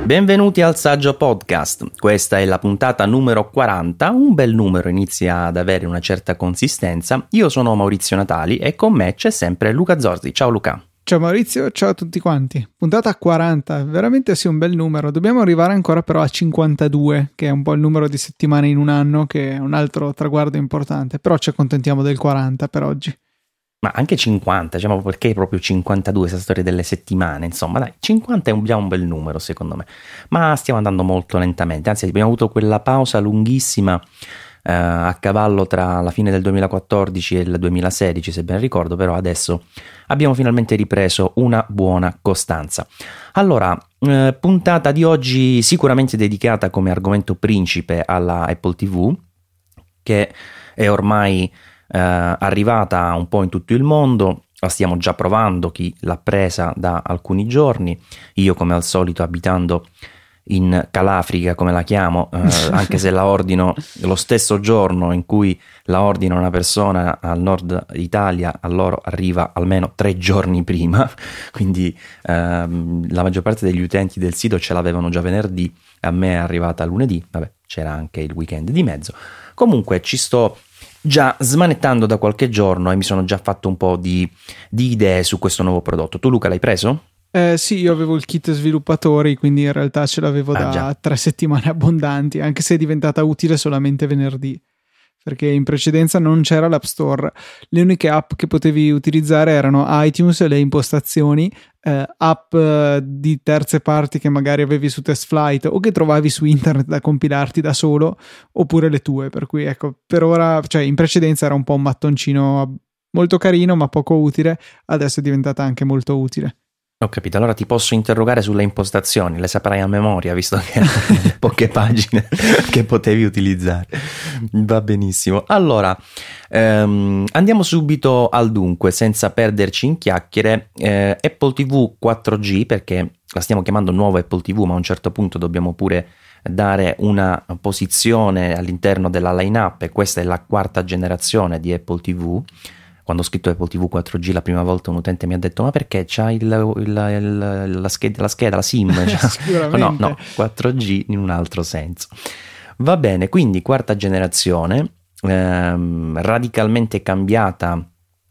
Benvenuti al Saggio Podcast, questa è la puntata numero 40, un bel numero, inizia ad avere una certa consistenza. Io sono Maurizio Natali e con me c'è sempre Luca Zorzi. Ciao Luca. Ciao Maurizio, ciao a tutti quanti. Puntata 40, veramente sì, un bel numero. Dobbiamo arrivare ancora però a 52, che è un po' il numero di settimane in un anno, che è un altro traguardo importante, però ci accontentiamo del 40 per oggi. Ma anche 50, diciamo, perché proprio 52, questa storia delle settimane, insomma, dai, 50 è già un bel numero secondo me, ma stiamo andando molto lentamente, anzi abbiamo avuto quella pausa lunghissima a cavallo tra la fine del 2014 e il 2016, se ben ricordo, però adesso abbiamo finalmente ripreso una buona costanza. Allora, puntata di oggi sicuramente dedicata come argomento principe alla Apple TV, che è ormai arrivata un po' in tutto il mondo, la stiamo già provando, chi l'ha presa da alcuni giorni, io come al solito abitando in Calafrica, come la chiamo, anche se la ordino lo stesso giorno in cui la ordina una persona al nord Italia, a loro arriva almeno 3 giorni prima, quindi la maggior parte degli utenti del sito ce l'avevano già venerdì, a me è arrivata lunedì, vabbè, c'era anche il weekend di mezzo. Comunque ci sto già smanettando da qualche giorno e mi sono già fatto un po' di idee su questo nuovo prodotto. Tu Luca l'hai preso? Sì, io avevo il kit sviluppatori, quindi in realtà ce l'avevo da 3 settimane abbondanti, anche se è diventata utile solamente venerdì, perché in precedenza non c'era l'App Store. Le uniche app che potevi utilizzare erano iTunes, le impostazioni, app di terze parti che magari avevi su TestFlight o che trovavi su internet da compilarti da solo, oppure le tue, per cui ecco, per ora, cioè in precedenza era un po' un mattoncino molto carino ma poco utile, adesso è diventata anche molto utile. Ho capito, allora ti posso interrogare sulle impostazioni, le saprai a memoria visto che erano le poche pagine che potevi utilizzare. Va benissimo. Allora, andiamo subito al dunque, senza perderci in chiacchiere. Apple TV 4G, perché la stiamo chiamando nuova Apple TV, ma a un certo punto dobbiamo pure dare una posizione all'interno della line-up, e questa è la 4ª generazione di Apple TV. Quando ho scritto Apple TV 4G la prima volta un utente mi ha detto: ma perché c'hai la scheda, la SIM? Sicuramente. No, 4G in un altro senso. Va bene, quindi 4ª generazione, radicalmente cambiata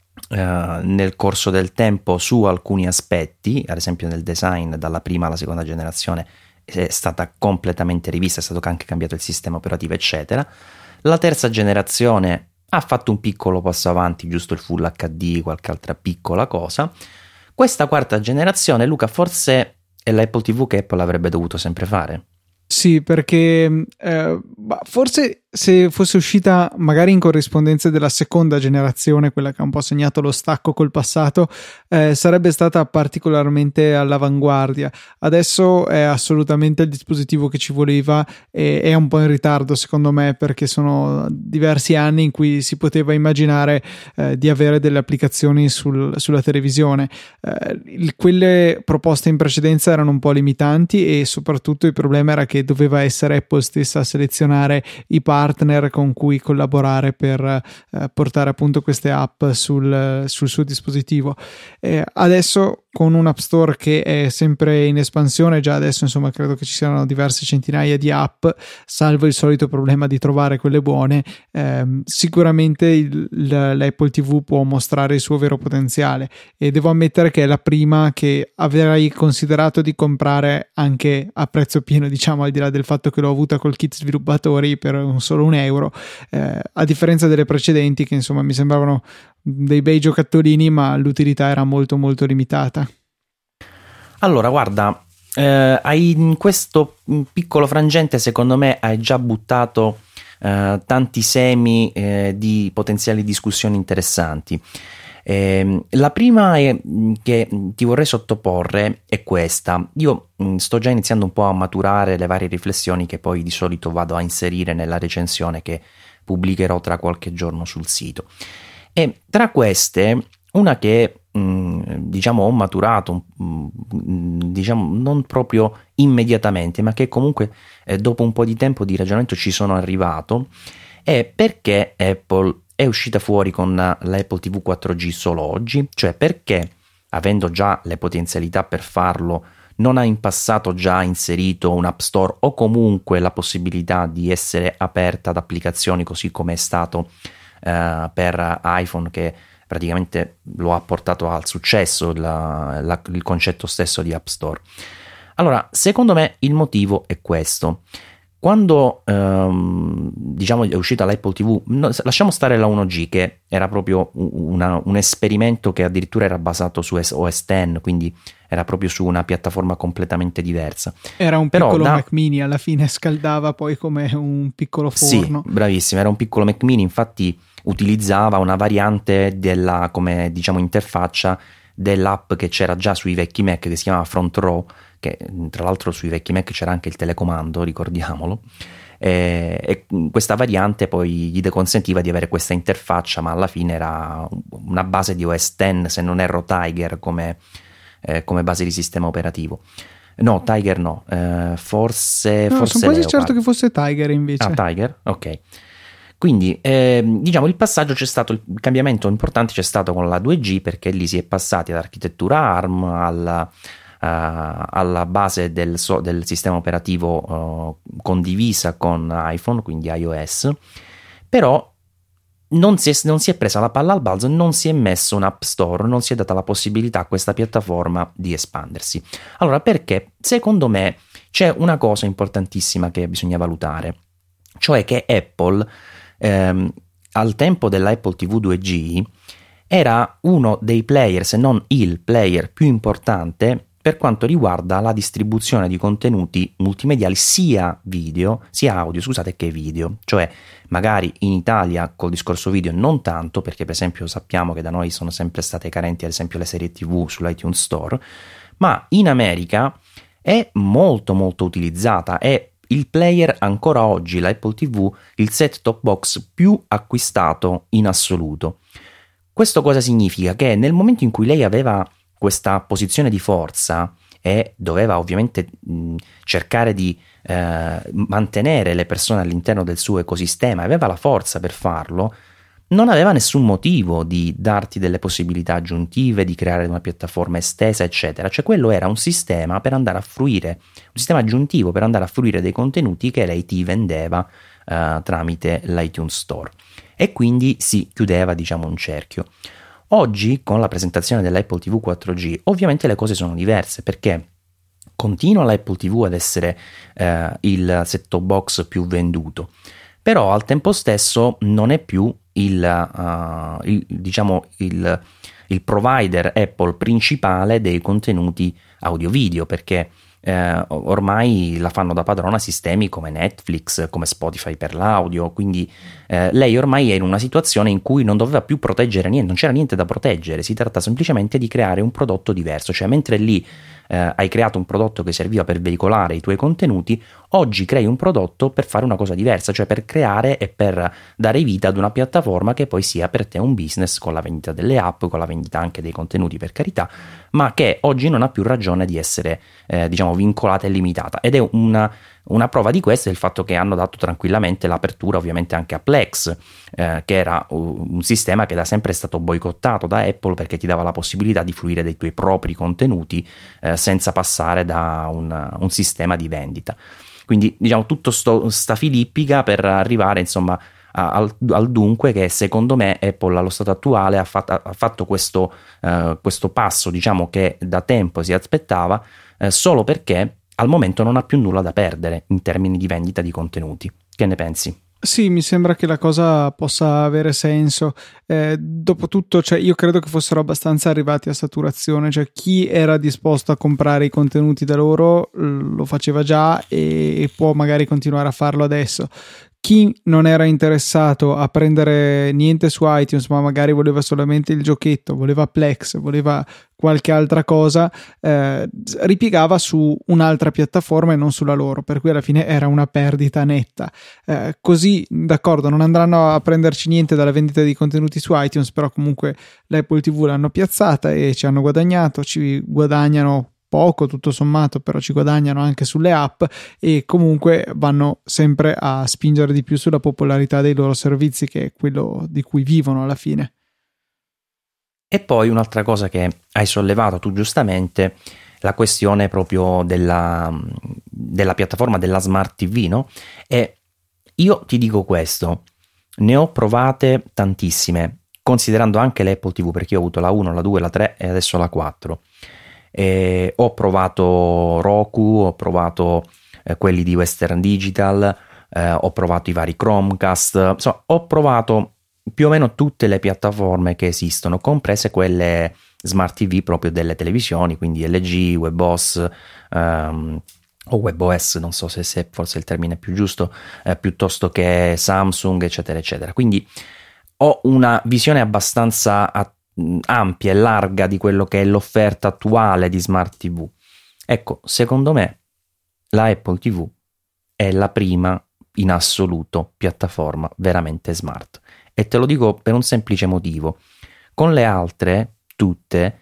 nel corso del tempo su alcuni aspetti, ad esempio nel design, dalla prima alla 2ª generazione è stata completamente rivista, è stato anche cambiato il sistema operativo, eccetera. La 3ª generazione ha fatto un piccolo passo avanti, giusto il Full HD, qualche altra piccola cosa. Questa 4ª generazione, Luca, forse è l'Apple TV che Apple avrebbe dovuto sempre fare. Sì, perché forse se fosse uscita magari in corrispondenza della 2ª generazione, quella che ha un po' segnato lo stacco col passato, sarebbe stata particolarmente all'avanguardia. Adesso è assolutamente il dispositivo che ci voleva e è un po' in ritardo secondo me, perché sono diversi anni in cui si poteva immaginare di avere delle applicazioni sulla televisione. Quelle proposte in precedenza erano un po' limitanti e soprattutto il problema era che doveva essere Apple stessa a selezionare i partner con cui collaborare per portare appunto queste app sul suo dispositivo. Adesso con un App Store che è sempre in espansione, già adesso insomma credo che ci siano diverse centinaia di app, salvo il solito problema di trovare quelle buone, sicuramente l'Apple TV può mostrare il suo vero potenziale, e devo ammettere che è la prima che avrei considerato di comprare anche a prezzo pieno, diciamo, al di là del fatto che l'ho avuta col kit sviluppatori per solo €1, a differenza delle precedenti che insomma mi sembravano dei bei giocattolini, ma l'utilità era molto molto limitata. Allora guarda, in questo piccolo frangente secondo me hai già buttato tanti semi di potenziali discussioni interessanti. La prima che ti vorrei sottoporre è questa. Io sto già iniziando un po' a maturare le varie riflessioni che poi di solito vado a inserire nella recensione che pubblicherò tra qualche giorno sul sito, e tra queste una che diciamo ho maturato diciamo non proprio immediatamente, ma che comunque dopo un po' di tempo di ragionamento ci sono arrivato, è perché Apple è uscita fuori con l'Apple TV 4G solo oggi, cioè perché, avendo già le potenzialità per farlo non ha in passato già inserito un App Store o comunque la possibilità di essere aperta ad applicazioni, così come è stato per iPhone, che praticamente lo ha portato al successo il concetto stesso di App Store. Allora, secondo me il motivo è questo. Quando diciamo è uscita l'Apple TV, lasciamo stare la 1G, che era proprio un esperimento che addirittura era basato su OS X, quindi era proprio su una piattaforma completamente diversa. Era un piccolo Mac mini, alla fine scaldava poi come un piccolo forno. Sì, bravissimo, era un piccolo Mac mini, infatti utilizzava una variante della, come diciamo, interfaccia dell'app che c'era già sui vecchi Mac, che si chiamava Front Row, che tra l'altro sui vecchi Mac c'era anche il telecomando, ricordiamolo, e questa variante poi gli consentiva di avere questa interfaccia, ma alla fine era una base di OS X, se non erro Tiger come base di sistema operativo. No, Tiger no, forse sono quasi certo che fosse Tiger invece. Ah, Tiger? Ok. Quindi diciamo il passaggio c'è stato, il cambiamento importante c'è stato con la 2G, perché lì si è passati dall'architettura ARM alla base del sistema operativo condivisa con iPhone, quindi iOS, però non si è presa la palla al balzo, non si è messo un App Store, non si è data la possibilità a questa piattaforma di espandersi. Allora, perché secondo me c'è una cosa importantissima che bisogna valutare, cioè che Apple al tempo dell'Apple TV 2G era uno dei player, se non il player più importante per quanto riguarda la distribuzione di contenuti multimediali, sia audio, scusate, che video. Cioè magari in Italia col discorso video non tanto, perché per esempio sappiamo che da noi sono sempre state carenti ad esempio le serie TV sull'iTunes Store, ma in America è molto molto utilizzata, è il player ancora oggi, l'Apple TV, il set top box più acquistato in assoluto. Questo cosa significa? Che nel momento in cui lei aveva questa posizione di forza e doveva ovviamente cercare di mantenere le persone all'interno del suo ecosistema, aveva la forza per farlo, non aveva nessun motivo di darti delle possibilità aggiuntive, di creare una piattaforma estesa, eccetera. Cioè quello era un sistema per andare a fruire, un sistema aggiuntivo per andare a fruire dei contenuti che lei ti vendeva tramite l'iTunes Store, e quindi si chiudeva, diciamo, un cerchio. Oggi, con la presentazione dell'Apple TV 4G, ovviamente le cose sono diverse, perché continua l'Apple TV ad essere il set-top box più venduto, però al tempo stesso non è più il provider Apple principale dei contenuti audio-video, perché ormai la fanno da padrona sistemi come Netflix, come Spotify per l'audio, quindi lei ormai è in una situazione in cui non doveva più proteggere niente, non c'era niente da proteggere, si tratta semplicemente di creare un prodotto diverso. Cioè mentre lì hai creato un prodotto che serviva per veicolare i tuoi contenuti, oggi crei un prodotto per fare una cosa diversa, cioè per creare e per dare vita ad una piattaforma che poi sia per te un business, con la vendita delle app, con la vendita anche dei contenuti, per carità, ma che oggi non ha più ragione di essere diciamo vincolata e limitata. Ed è una prova di questo è il fatto che hanno dato tranquillamente l'apertura ovviamente anche a Plex, che era un sistema che da sempre è stato boicottato da Apple, perché ti dava la possibilità di fruire dei tuoi propri contenuti senza passare da un sistema di vendita. Quindi diciamo tutto sta filippica per arrivare insomma al dunque, che secondo me Apple allo stato attuale ha fatto questo passo, diciamo, che da tempo si aspettava, solo perché al momento non ha più nulla da perdere in termini di vendita di contenuti. Che ne pensi? Sì, mi sembra che la cosa possa avere senso. Dopotutto, cioè, io credo che fossero abbastanza arrivati a saturazione, cioè chi era disposto a comprare i contenuti da loro lo faceva già e può magari continuare a farlo adesso. Chi non era interessato a prendere niente su iTunes, ma magari voleva solamente il giochetto, voleva Plex, voleva qualche altra cosa, ripiegava su un'altra piattaforma e non sulla loro, per cui alla fine era una perdita netta. Così, d'accordo, non andranno a prenderci niente dalla vendita di contenuti su iTunes, però comunque l'Apple TV l'hanno piazzata e ci hanno guadagnato, ci guadagnano poco tutto sommato, però ci guadagnano anche sulle app e comunque vanno sempre a spingere di più sulla popolarità dei loro servizi, che è quello di cui vivono alla fine. E poi un'altra cosa che hai sollevato tu giustamente la questione proprio della piattaforma della Smart TV, no? E io ti dico questo, ne ho provate tantissime, considerando anche le Apple TV, perché io ho avuto la 1, la 2, la 3 e adesso la 4. Ho provato Roku, ho provato quelli di Western Digital, ho provato i vari Chromecast, insomma ho provato più o meno tutte le piattaforme che esistono, comprese quelle Smart TV proprio delle televisioni, quindi LG, WebOS o WebOS, non so se forse il termine è più giusto, piuttosto che Samsung, eccetera eccetera. Quindi ho una visione abbastanza ampia e larga di quello che è l'offerta attuale di Smart TV. Ecco, secondo me la Apple TV è la prima in assoluto piattaforma veramente smart, e te lo dico per un semplice motivo: con le altre tutte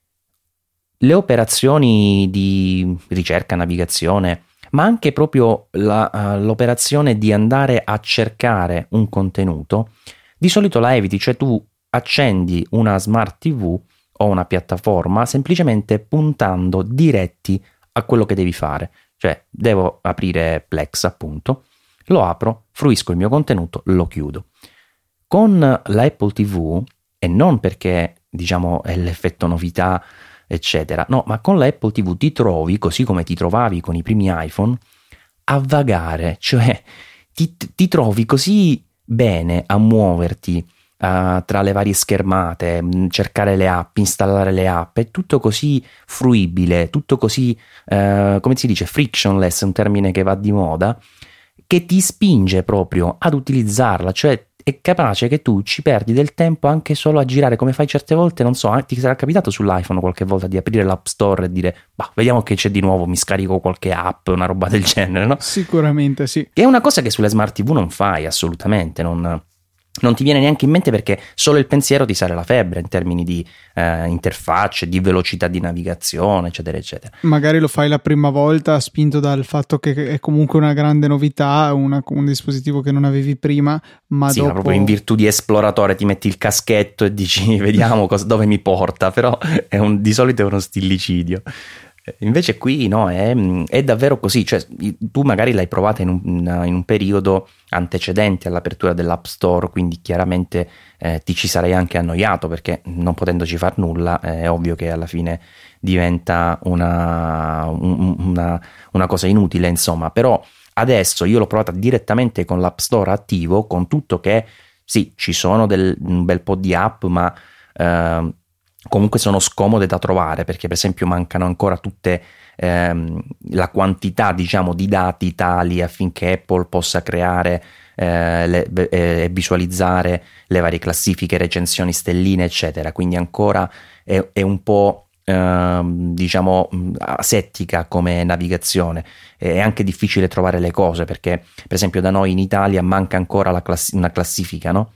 le operazioni di ricerca, navigazione, ma anche proprio l'operazione di andare a cercare un contenuto, di solito la eviti, cioè tu accendi una Smart TV o una piattaforma semplicemente puntando diretti a quello che devi fare. Cioè devo aprire Plex, appunto, lo apro, fruisco il mio contenuto, lo chiudo. Con la Apple TV, e non perché diciamo è l'effetto novità eccetera, no, ma con la Apple TV ti trovi, così come ti trovavi con i primi iPhone, a vagare, cioè ti trovi così bene a muoverti tra le varie schermate, cercare le app, installare le app, è tutto così fruibile, tutto così come si dice, frictionless, un termine che va di moda, che ti spinge proprio ad utilizzarla. Cioè è capace che tu ci perdi del tempo anche solo a girare, come fai certe volte, non so, ti sarà capitato sull'iPhone qualche volta di aprire l'App Store e dire bah, vediamo che c'è di nuovo, mi scarico qualche app, una roba del genere, no? Sicuramente sì. Che è una cosa che sulle Smart TV non fai assolutamente, non ti viene neanche in mente, perché solo il pensiero ti sale la febbre in termini di interfacce, di velocità di navigazione, eccetera eccetera. Magari lo fai la prima volta spinto dal fatto che è comunque una grande novità, un dispositivo che non avevi prima, ma sì, dopo... ma proprio in virtù di esploratore ti metti il caschetto e dici vediamo dove mi porta, però di solito è uno stillicidio. Invece qui no, è davvero così, cioè tu magari l'hai provata in un periodo antecedente all'apertura dell'App Store, quindi chiaramente ti ci sarei anche annoiato, perché non potendoci far nulla è ovvio che alla fine diventa una cosa inutile, insomma. Però adesso io l'ho provata direttamente con l'App Store attivo, con tutto che sì, ci sono un bel po' di app, ma comunque sono scomode da trovare, perché per esempio mancano ancora tutte la quantità, diciamo, di dati tali affinché Apple possa creare e visualizzare le varie classifiche, recensioni, stelline eccetera. Quindi ancora è un po' diciamo asettica come navigazione, è anche difficile trovare le cose, perché per esempio da noi in Italia manca ancora una classifica, no?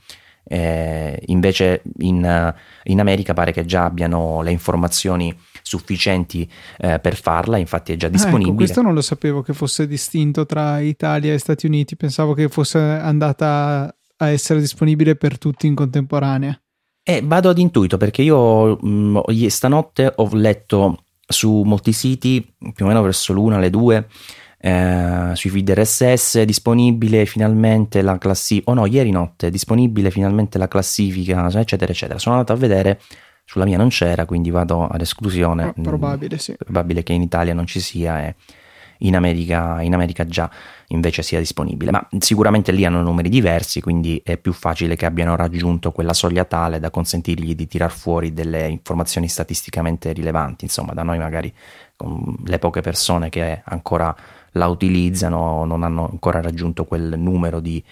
Invece in America pare che già abbiano le informazioni sufficienti per farla, infatti è già disponibile. Ecco, questo non lo sapevo che fosse distinto tra Italia e Stati Uniti, pensavo che fosse andata a essere disponibile per tutti in contemporanea. Vado ad intuito, perché io stanotte ho letto su molti siti, più o meno verso l'1 alle 2, sui feed RSS disponibile finalmente la classifica, ieri notte disponibile finalmente la classifica, eccetera eccetera. Sono andato a vedere, sulla mia non c'era, quindi vado ad esclusione. Probabile, sì. Probabile che in Italia non ci sia e in America già invece sia disponibile, ma sicuramente lì hanno numeri diversi, quindi è più facile che abbiano raggiunto quella soglia tale da consentirgli di tirar fuori delle informazioni statisticamente rilevanti. Insomma, da noi magari con le poche persone che ancora la utilizzano non hanno ancora raggiunto quel numero di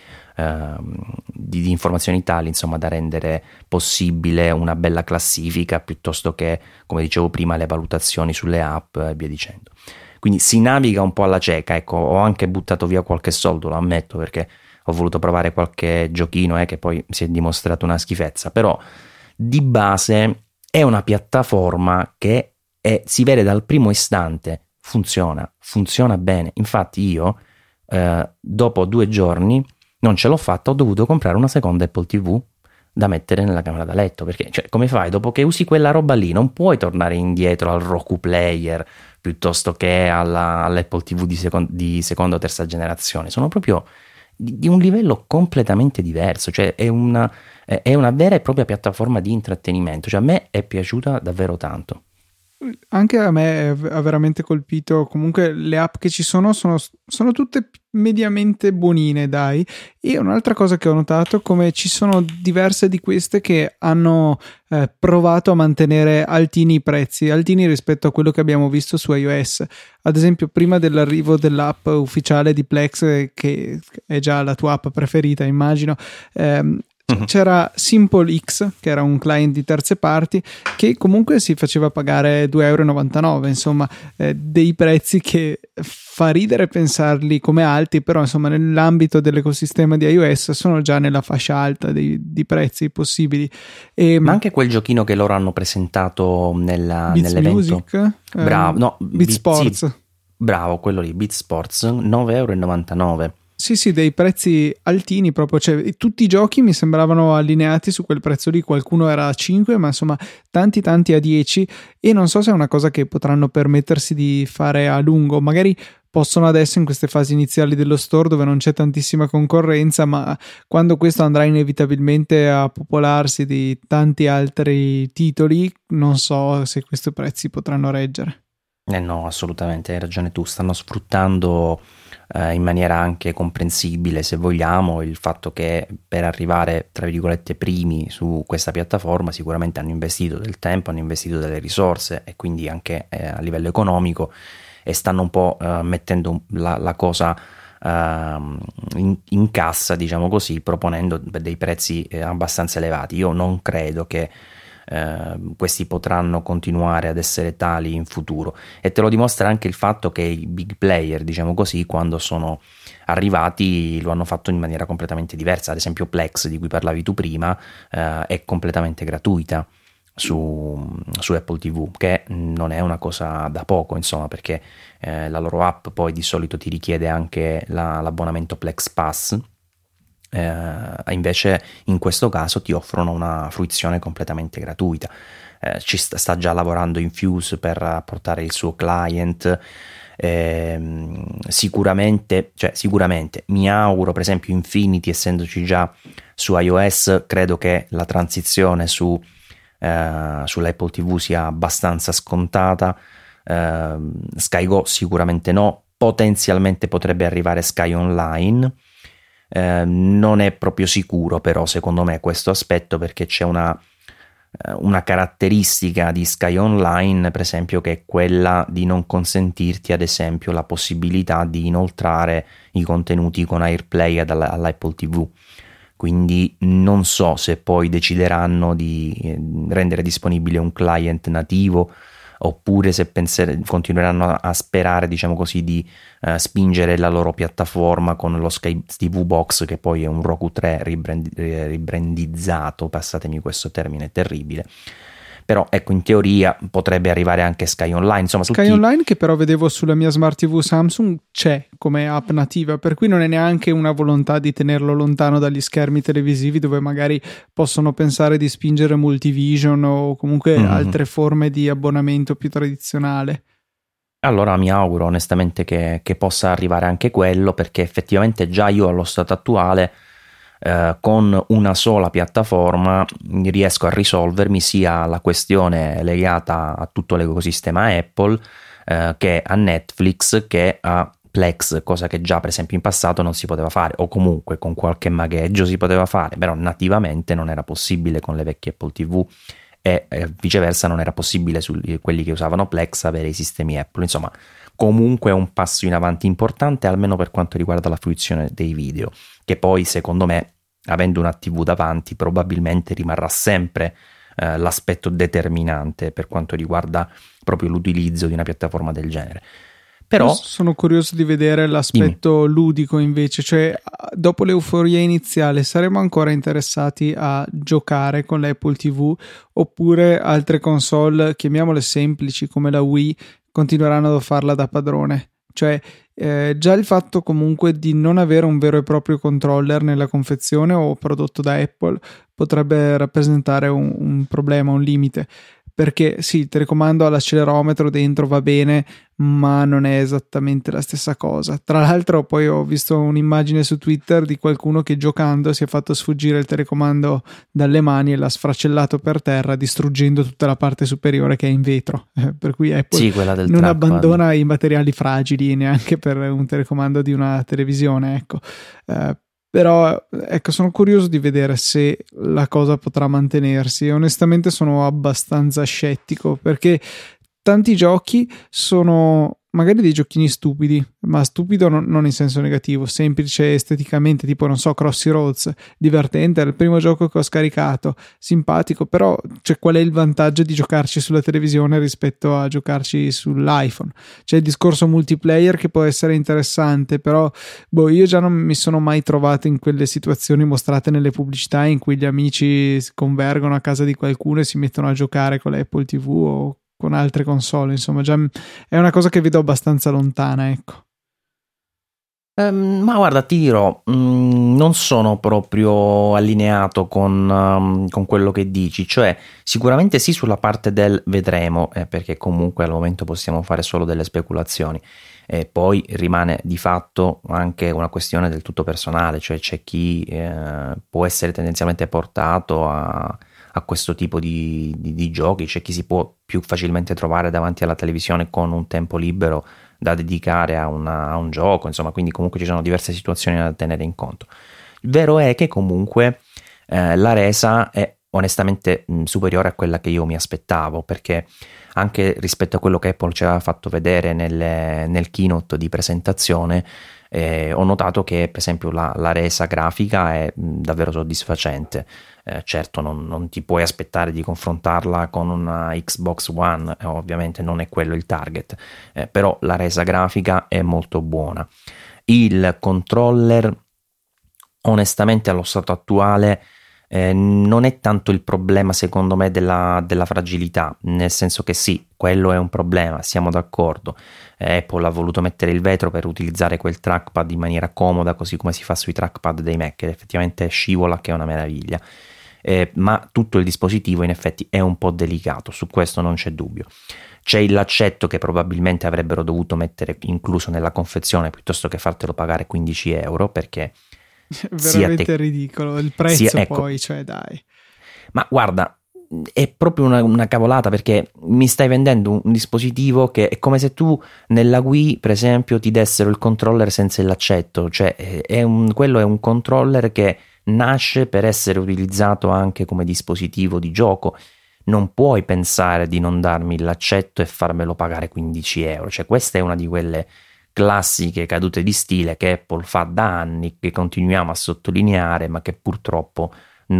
informazioni tali, insomma, da rendere possibile una bella classifica, piuttosto che, come dicevo prima, le valutazioni sulle app e via dicendo. Quindi si naviga un po' alla cieca. Ecco, ho anche buttato via qualche soldo, lo ammetto, perché ho voluto provare qualche giochino che poi si è dimostrato una schifezza, però di base è una piattaforma che si vede dal primo istante funziona bene. Infatti io dopo 2 giorni non ce l'ho fatta, ho dovuto comprare una seconda Apple TV da mettere nella camera da letto, perché cioè, come fai? Dopo che usi quella roba lì non puoi tornare indietro al Roku Player piuttosto che all'Apple TV di seconda o terza generazione. Sono proprio di un livello completamente diverso, cioè è una vera e propria piattaforma di intrattenimento, cioè a me è piaciuta davvero tanto. Anche a me ha veramente colpito. Comunque le app che ci sono tutte mediamente buonine, dai. E un'altra cosa che ho notato, come ci sono diverse di queste che hanno provato a mantenere altini i prezzi, altini rispetto a quello che abbiamo visto su iOS. Ad esempio, prima dell'arrivo dell'app ufficiale di Plex, che è già la tua app preferita, immagino, c'era SimpleX, che era un client di terze parti, che comunque si faceva pagare 2,99 €, insomma, dei prezzi che fa ridere pensarli come alti, però insomma nell'ambito dell'ecosistema di iOS sono già nella fascia alta di prezzi possibili. Ma anche quel giochino che loro hanno presentato Beats nell'evento Music, bravo, no, Beat Sports, sì, bravo, quello lì, Beat Sports, 9,99 €. Sì, dei prezzi altini proprio, cioè tutti i giochi mi sembravano allineati su quel prezzo lì, qualcuno era a 5, ma insomma tanti a 10, e non so se è una cosa che potranno permettersi di fare a lungo. Magari possono adesso in queste fasi iniziali dello store dove non c'è tantissima concorrenza, ma quando questo andrà inevitabilmente a popolarsi di tanti altri titoli, non so se questi prezzi potranno reggere. No, assolutamente, hai ragione tu, stanno sfruttando in maniera anche comprensibile, se vogliamo, il fatto che per arrivare, tra virgolette, primi su questa piattaforma sicuramente hanno investito del tempo, hanno investito delle risorse e quindi anche a livello economico, e stanno un po' mettendo la cosa in cassa, diciamo così, proponendo dei prezzi abbastanza elevati. Io non credo che questi potranno continuare ad essere tali in futuro, e te lo dimostra anche il fatto che i big player, diciamo così, quando sono arrivati lo hanno fatto in maniera completamente diversa. Ad esempio Plex, di cui parlavi tu prima, è completamente gratuita su Apple TV, che non è una cosa da poco, insomma, perché la loro app poi di solito ti richiede anche l'abbonamento Plex Pass. Invece in questo caso ti offrono una fruizione completamente gratuita. Ci sta già lavorando Infuse per portare il suo client. Sicuramente mi auguro, per esempio Infinity, essendoci già su iOS, credo che la transizione sull'Apple TV sia abbastanza scontata. Sky Go sicuramente no, potenzialmente potrebbe arrivare Sky Online. Non è proprio sicuro però secondo me questo aspetto, perché c'è una caratteristica di Sky Online, per esempio, che è quella di non consentirti ad esempio la possibilità di inoltrare i contenuti con AirPlay all'Apple TV. Quindi non so se poi decideranno di rendere disponibile un client nativo, oppure se continueranno a sperare, diciamo così, di spingere la loro piattaforma con lo Sky TV Box, che poi è un Roku 3 ribrandizzato, passatemi questo termine terribile. Però ecco, in teoria potrebbe arrivare anche Sky Online, insomma Online, che però vedevo sulla mia Smart TV Samsung c'è come app nativa, per cui non è neanche una volontà di tenerlo lontano dagli schermi televisivi, dove magari possono pensare di spingere Multivision o comunque altre forme di abbonamento più tradizionale. Allora mi auguro onestamente che possa arrivare anche quello, perché effettivamente già io allo stato attuale con una sola piattaforma riesco a risolvermi sia la questione legata a tutto l'ecosistema Apple, che a Netflix, che a Plex, cosa che già per esempio in passato non si poteva fare, o comunque con qualche magheggio si poteva fare, però nativamente non era possibile con le vecchie Apple TV, e viceversa non era possibile su quelli che usavano Plex avere i sistemi Apple. Insomma, comunque è un passo in avanti importante, almeno per quanto riguarda la fruizione dei video, che poi secondo me, avendo una TV davanti, probabilmente rimarrà sempre l'aspetto determinante per quanto riguarda proprio l'utilizzo di una piattaforma del genere. Però sono curioso di vedere l'aspetto ludico invece, cioè dopo l'euforia iniziale saremo ancora interessati a giocare con l'Apple TV, oppure altre console, chiamiamole semplici come la Wii, continueranno a farla da padrone? Cioè già il fatto comunque di non avere un vero e proprio controller nella confezione o prodotto da Apple potrebbe rappresentare un problema, un limite, perché sì, il telecomando all'accelerometro dentro va bene, ma non è esattamente la stessa cosa. Tra l'altro poi ho visto un'immagine su Twitter di qualcuno che giocando si è fatto sfuggire il telecomando dalle mani e l'ha sfracellato per terra, distruggendo tutta la parte superiore che è in vetro, per cui Apple Sì, quella del non trackpad. abbandona i materiali fragili neanche per un telecomando di una televisione, ecco. Però ecco, sono curioso di vedere se la cosa potrà mantenersi. Onestamente sono abbastanza scettico, perché tanti giochi sono magari dei giochini stupidi, ma stupido non in senso negativo, semplice esteticamente, tipo non so, Crossy Roads, divertente, è il primo gioco che ho scaricato, simpatico, però cioè, qual è il vantaggio di giocarci sulla televisione rispetto a giocarci sull'iPhone? C'è il discorso multiplayer che può essere interessante, però io già non mi sono mai trovato in quelle situazioni mostrate nelle pubblicità in cui gli amici si convergono a casa di qualcuno e si mettono a giocare con l'Apple TV o con altre console, insomma, già è una cosa che vedo abbastanza lontana, ecco. Ma guarda, ti dirò, non sono proprio allineato con quello che dici, cioè sicuramente sì sulla parte del vedremo, perché comunque al momento possiamo fare solo delle speculazioni, e poi rimane di fatto anche una questione del tutto personale, cioè c'è chi può essere tendenzialmente portato a questo tipo di giochi, c'è chi si può più facilmente trovare davanti alla televisione con un tempo libero da dedicare a un gioco, insomma, quindi comunque ci sono diverse situazioni da tenere in conto. Il vero è che comunque la resa è onestamente superiore a quella che io mi aspettavo, perché anche rispetto a quello che Apple ci aveva fatto vedere nel keynote di presentazione, ho notato che per esempio la resa grafica è davvero soddisfacente. Certo non ti puoi aspettare di confrontarla con una Xbox One, ovviamente non è quello il target, però la resa grafica è molto buona. Il controller onestamente allo stato attuale non è tanto il problema secondo me della fragilità, nel senso che sì, quello è un problema, siamo d'accordo. Apple ha voluto mettere il vetro per utilizzare quel trackpad in maniera comoda, così come si fa sui trackpad dei Mac, ed effettivamente scivola, che è una meraviglia. Ma tutto il dispositivo in effetti è un po' delicato, su questo non c'è dubbio. C'è il laccetto che probabilmente avrebbero dovuto mettere incluso nella confezione piuttosto che fartelo pagare 15 euro, perché veramente ridicolo il prezzo, ecco, poi, cioè dai. Ma guarda, è proprio una cavolata, perché mi stai vendendo un dispositivo che è come se tu nella Wii per esempio ti dessero il controller senza il laccetto, cioè quello è un controller che nasce per essere utilizzato anche come dispositivo di gioco. Non puoi pensare di non darmi il laccetto e farmelo pagare 15 euro, cioè questa è una di quelle classiche cadute di stile che Apple fa da anni, che continuiamo a sottolineare, ma che purtroppo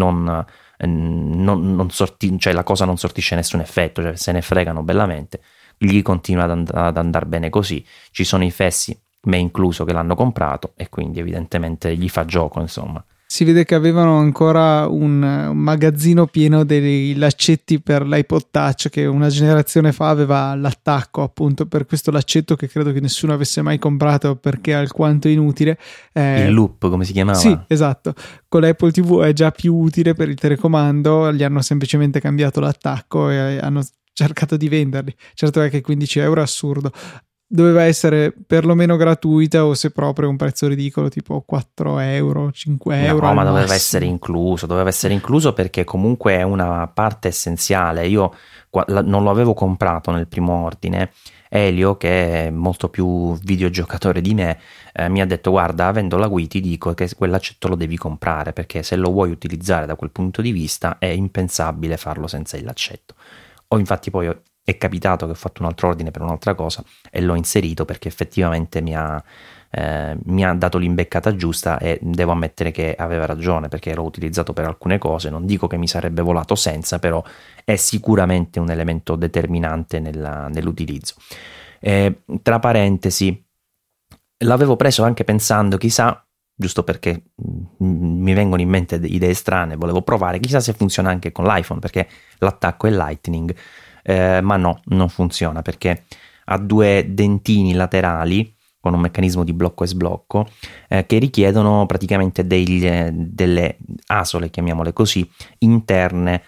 cioè la cosa non sortisce nessun effetto, cioè se ne fregano bellamente, gli continua ad andare bene così, ci sono i fessi, me incluso, che l'hanno comprato, e quindi evidentemente gli fa gioco, insomma. Si vede che avevano ancora un magazzino pieno dei laccetti per l'iPod Touch, che una generazione fa aveva l'attacco appunto per questo laccetto che credo che nessuno avesse mai comprato perché è alquanto inutile. Il loop, come si chiamava? Sì, esatto. Con l'Apple TV è già più utile per il telecomando, gli hanno semplicemente cambiato l'attacco e hanno cercato di venderli. Certo è che 15 euro è assurdo. Doveva essere perlomeno gratuita, o se proprio un prezzo ridicolo tipo 4 euro, 5 euro. No, ma doveva essere incluso perché comunque è una parte essenziale. Io non lo avevo comprato nel primo ordine. Elio, che è molto più videogiocatore di me, mi ha detto: guarda, avendo la Wii ti dico che quell'accetto lo devi comprare, perché se lo vuoi utilizzare da quel punto di vista è impensabile farlo senza il laccetto. Infatti poi è capitato che ho fatto un altro ordine per un'altra cosa e l'ho inserito, perché effettivamente mi ha dato l'imbeccata giusta, e devo ammettere che aveva ragione, perché l'ho utilizzato per alcune cose. Non dico che mi sarebbe volato senza, però è sicuramente un elemento determinante nell'utilizzo. Tra parentesi, l'avevo preso anche pensando, chissà, giusto perché mi vengono in mente idee strane, volevo provare, chissà se funziona anche con l'iPhone, perché l'attacco è Lightning. Ma no, non funziona, perché ha due dentini laterali con un meccanismo di blocco e sblocco, che richiedono praticamente delle asole, chiamiamole così, interne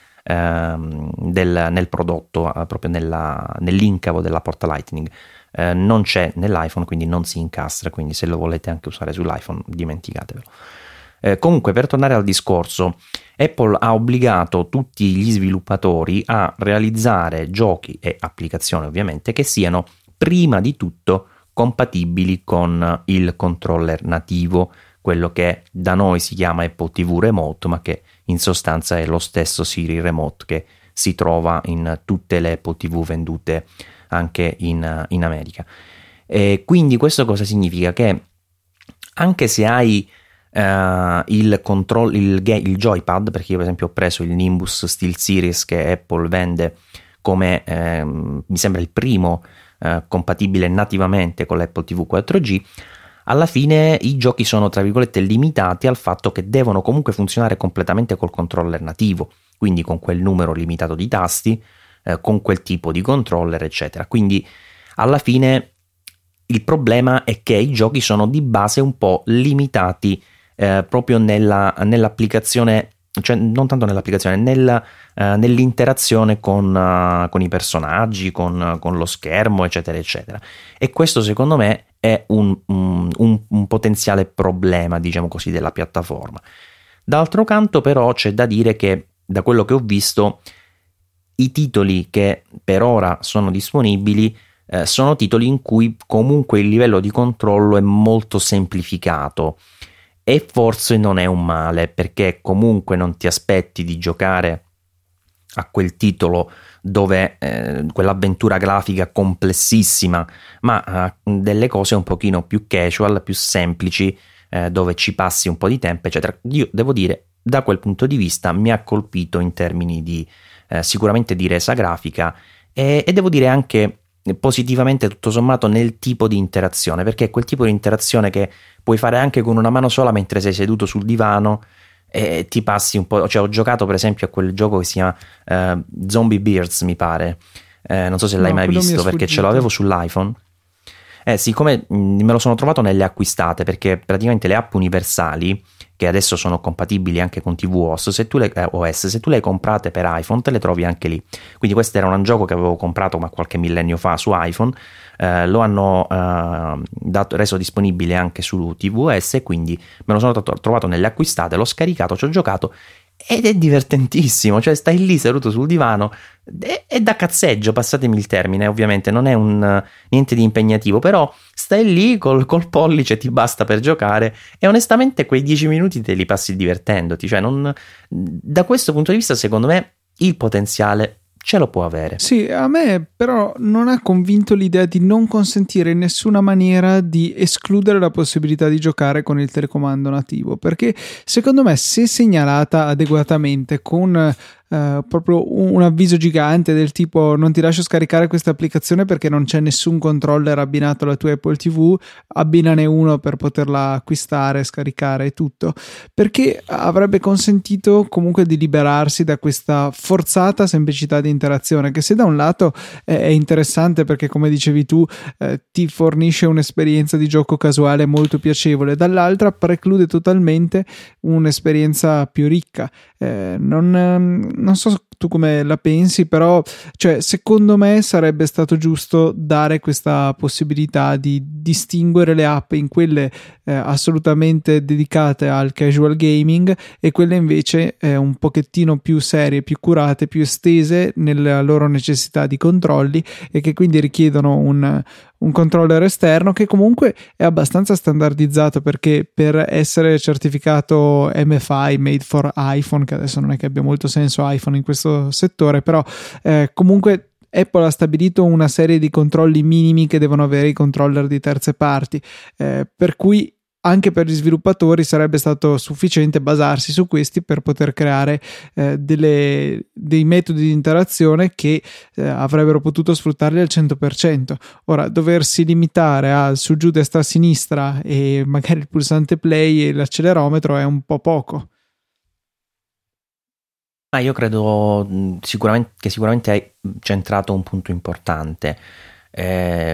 nel prodotto, proprio nell'incavo della porta Lightning. Non c'è nell'iPhone, quindi non si incastra, quindi se lo volete anche usare sull'iPhone dimenticatevelo. Comunque, per tornare al discorso, Apple ha obbligato tutti gli sviluppatori a realizzare giochi e applicazioni, ovviamente, che siano prima di tutto compatibili con il controller nativo, quello che da noi si chiama Apple TV Remote, ma che in sostanza è lo stesso Siri Remote che si trova in tutte le Apple TV vendute anche in America. E quindi questo cosa significa? Che anche se hai il joypad, perché io per esempio ho preso il Nimbus SteelSeries che Apple vende come mi sembra il primo compatibile nativamente con l'Apple TV 4G, alla fine i giochi sono tra virgolette limitati al fatto che devono comunque funzionare completamente col controller nativo, quindi con quel numero limitato di tasti, con quel tipo di controller, eccetera. Quindi alla fine il problema è che i giochi sono di base un po' limitati proprio nell'applicazione, cioè non tanto nell'applicazione, nell'interazione con i personaggi, con lo schermo, eccetera, eccetera. E questo secondo me è un potenziale problema, diciamo così, della piattaforma. D'altro canto, però, c'è da dire che da quello che ho visto, i titoli che per ora sono disponibili sono titoli in cui comunque il livello di controllo è molto semplificato. E forse non è un male, perché comunque non ti aspetti di giocare a quel titolo dove quell'avventura grafica complessissima, ma delle cose un pochino più casual, più semplici, dove ci passi un po' di tempo, eccetera. Io devo dire, da quel punto di vista mi ha colpito in termini di sicuramente di resa grafica e devo dire anche positivamente tutto sommato nel tipo di interazione, perché è quel tipo di interazione che puoi fare anche con una mano sola mentre sei seduto sul divano e ti passi un po'. Cioè, ho giocato per esempio a quel gioco che si chiama Zombie Birds, mi pare, non so se l'hai mai visto, perché ce l'avevo sull'iPhone. Siccome me lo sono trovato nelle acquistate, perché praticamente le app universali che adesso sono compatibili anche con tvOS, se tu le hai comprate per iPhone te le trovi anche lì. Quindi questo era un gioco che avevo comprato ma qualche millennio fa su iPhone, lo hanno reso disponibile anche su tvOS e quindi me lo sono trovato nelle acquistate, l'ho scaricato, ci ho giocato ed è divertentissimo, cioè stai lì seduto sul divano è da cazzeggio, passatemi il termine, ovviamente non è niente di impegnativo, però stai lì col pollice, ti basta per giocare e onestamente quei 10 minuti te li passi divertendoti, cioè da questo punto di vista secondo me il potenziale ce lo può avere. Sì, a me però non ha convinto l'idea di non consentire in nessuna maniera di escludere la possibilità di giocare con il telecomando nativo, perché secondo me se segnalata adeguatamente con proprio un avviso gigante del tipo non ti lascio scaricare questa applicazione perché non c'è nessun controller abbinato alla tua Apple TV, abbinane uno per poterla acquistare, scaricare e tutto, perché avrebbe consentito comunque di liberarsi da questa forzata semplicità di interazione, che se da un lato è interessante perché come dicevi tu ti fornisce un'esperienza di gioco casuale molto piacevole, dall'altra preclude totalmente un'esperienza più ricca. Non so tu come la pensi, però cioè, secondo me sarebbe stato giusto dare questa possibilità di distinguere le app in quelle assolutamente dedicate al casual gaming e quelle invece un pochettino più serie, più curate, più estese nella loro necessità di controlli e che quindi richiedono un controller esterno che comunque è abbastanza standardizzato, perché per essere certificato MFI Made for iPhone, che adesso non è che abbia molto senso iPhone in questo settore, però comunque Apple ha stabilito una serie di controlli minimi che devono avere i controller di terze parti, per cui anche per gli sviluppatori sarebbe stato sufficiente basarsi su questi per poter creare dei metodi di interazione che avrebbero potuto sfruttarli al 100%. Ora, doversi limitare a su giù destra sinistra e magari il pulsante play e l'accelerometro è un po' poco. Io credo sicuramente hai centrato un punto importante. è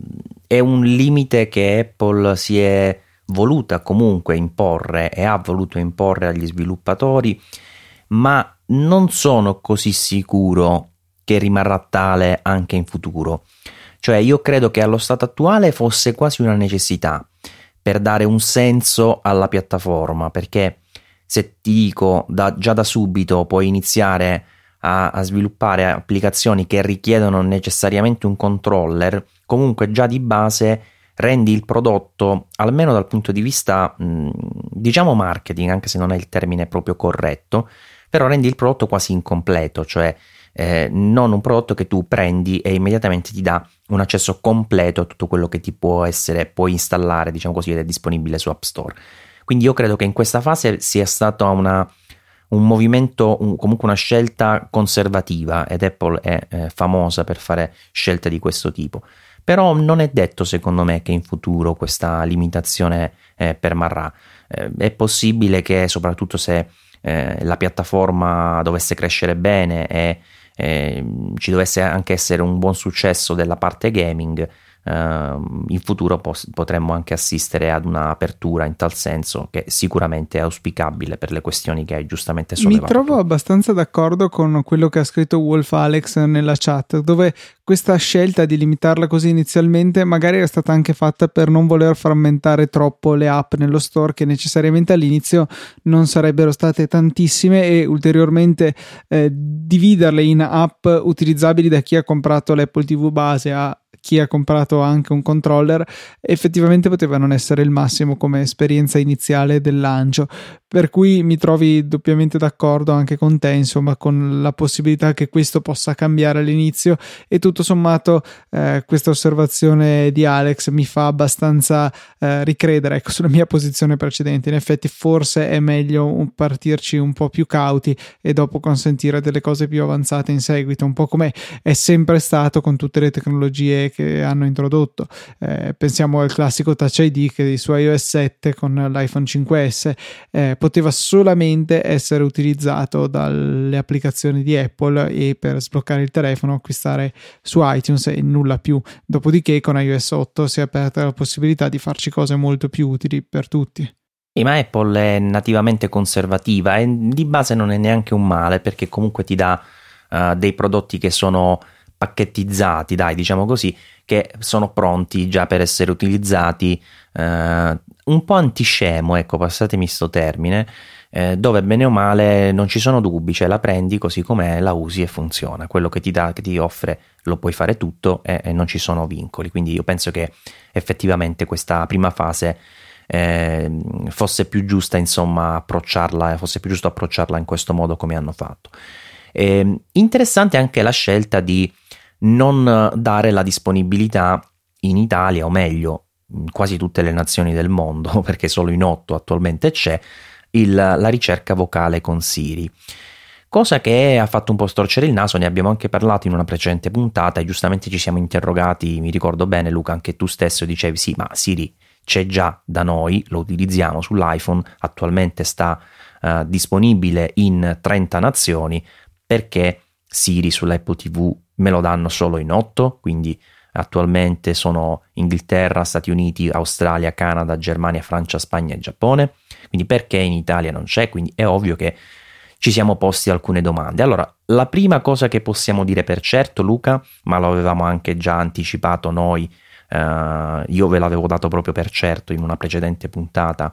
un limite che Apple si è voluta comunque imporre e ha voluto imporre agli sviluppatori, ma non sono così sicuro che rimarrà tale anche in futuro. Cioè, io credo che allo stato attuale fosse quasi una necessità per dare un senso alla piattaforma, perché se ti dico già da subito puoi iniziare a sviluppare applicazioni che richiedono necessariamente un controller, comunque già di base rendi il prodotto, almeno dal punto di vista diciamo marketing, anche se non è il termine proprio corretto, però rendi il prodotto quasi incompleto, cioè non un prodotto che tu prendi e immediatamente ti dà un accesso completo a tutto quello che ti puoi installare, diciamo così, ed è disponibile su App Store. Quindi io credo che in questa fase sia stato un movimento, comunque una scelta conservativa, ed Apple è famosa per fare scelte di questo tipo. Però non è detto, secondo me, che in futuro questa limitazione permarrà. È possibile che, soprattutto se la piattaforma dovesse crescere bene e ci dovesse anche essere un buon successo della parte gaming, in futuro potremmo anche assistere ad un'apertura in tal senso, che sicuramente è auspicabile per le questioni che hai giustamente sollevato. Mi trovo abbastanza d'accordo con quello che ha scritto Wolf Alex nella chat, dove questa scelta di limitarla così inizialmente magari era stata anche fatta per non voler frammentare troppo le app nello store, che necessariamente all'inizio non sarebbero state tantissime, e ulteriormente dividerle in app utilizzabili da chi ha comprato l'Apple TV base a chi ha comprato anche un controller, effettivamente poteva non essere il massimo come esperienza iniziale del lancio, per cui mi trovi doppiamente d'accordo anche con te, insomma, con la possibilità che questo possa cambiare all'inizio. E tutto sommato questa osservazione di Alex mi fa abbastanza ricredere, ecco, sulla mia posizione precedente. In effetti forse è meglio partirci un po' più cauti e dopo consentire delle cose più avanzate in seguito, un po' come è sempre stato con tutte le tecnologie che hanno introdotto. Pensiamo al classico Touch ID che su iOS 7 con l'iPhone 5S poteva solamente essere utilizzato dalle applicazioni di Apple e per sbloccare il telefono acquistare su iTunes e nulla più. Dopodiché con iOS 8 si è aperta la possibilità di farci cose molto più utili per tutti. Ma Apple è nativamente conservativa e di base non è neanche un male, perché comunque ti dà dei prodotti che sono pacchettizzati, dai, diciamo così, che sono pronti già per essere utilizzati, un po' antiscemo, ecco, passatemi sto termine, dove bene o male non ci sono dubbi, cioè la prendi così com'è, la usi e funziona. Quello che ti dà, che ti offre, lo puoi fare tutto e non ci sono vincoli. Quindi io penso che effettivamente questa prima fase fosse più giusta, insomma, fosse più giusto approcciarla in questo modo come hanno fatto. Interessante anche la scelta di non dare la disponibilità in Italia, o meglio in quasi tutte le nazioni del mondo, perché solo in 8 attualmente c'è la ricerca vocale con Siri, cosa che ha fatto un po' storcere il naso. Ne abbiamo anche parlato in una precedente puntata e giustamente ci siamo interrogati. Mi ricordo bene, Luca, anche tu stesso dicevi sì, ma Siri c'è già da noi, lo utilizziamo sull'iPhone, attualmente sta disponibile in 30 nazioni, perché Siri sull'Apple TV me lo danno solo in 8, quindi attualmente sono Inghilterra, Stati Uniti, Australia, Canada, Germania, Francia, Spagna e Giappone. Quindi perché in Italia non c'è? Quindi è ovvio che ci siamo posti alcune domande. Allora, la prima cosa che possiamo dire per certo, Luca, ma lo avevamo anche già anticipato noi, io ve l'avevo dato proprio per certo in una precedente puntata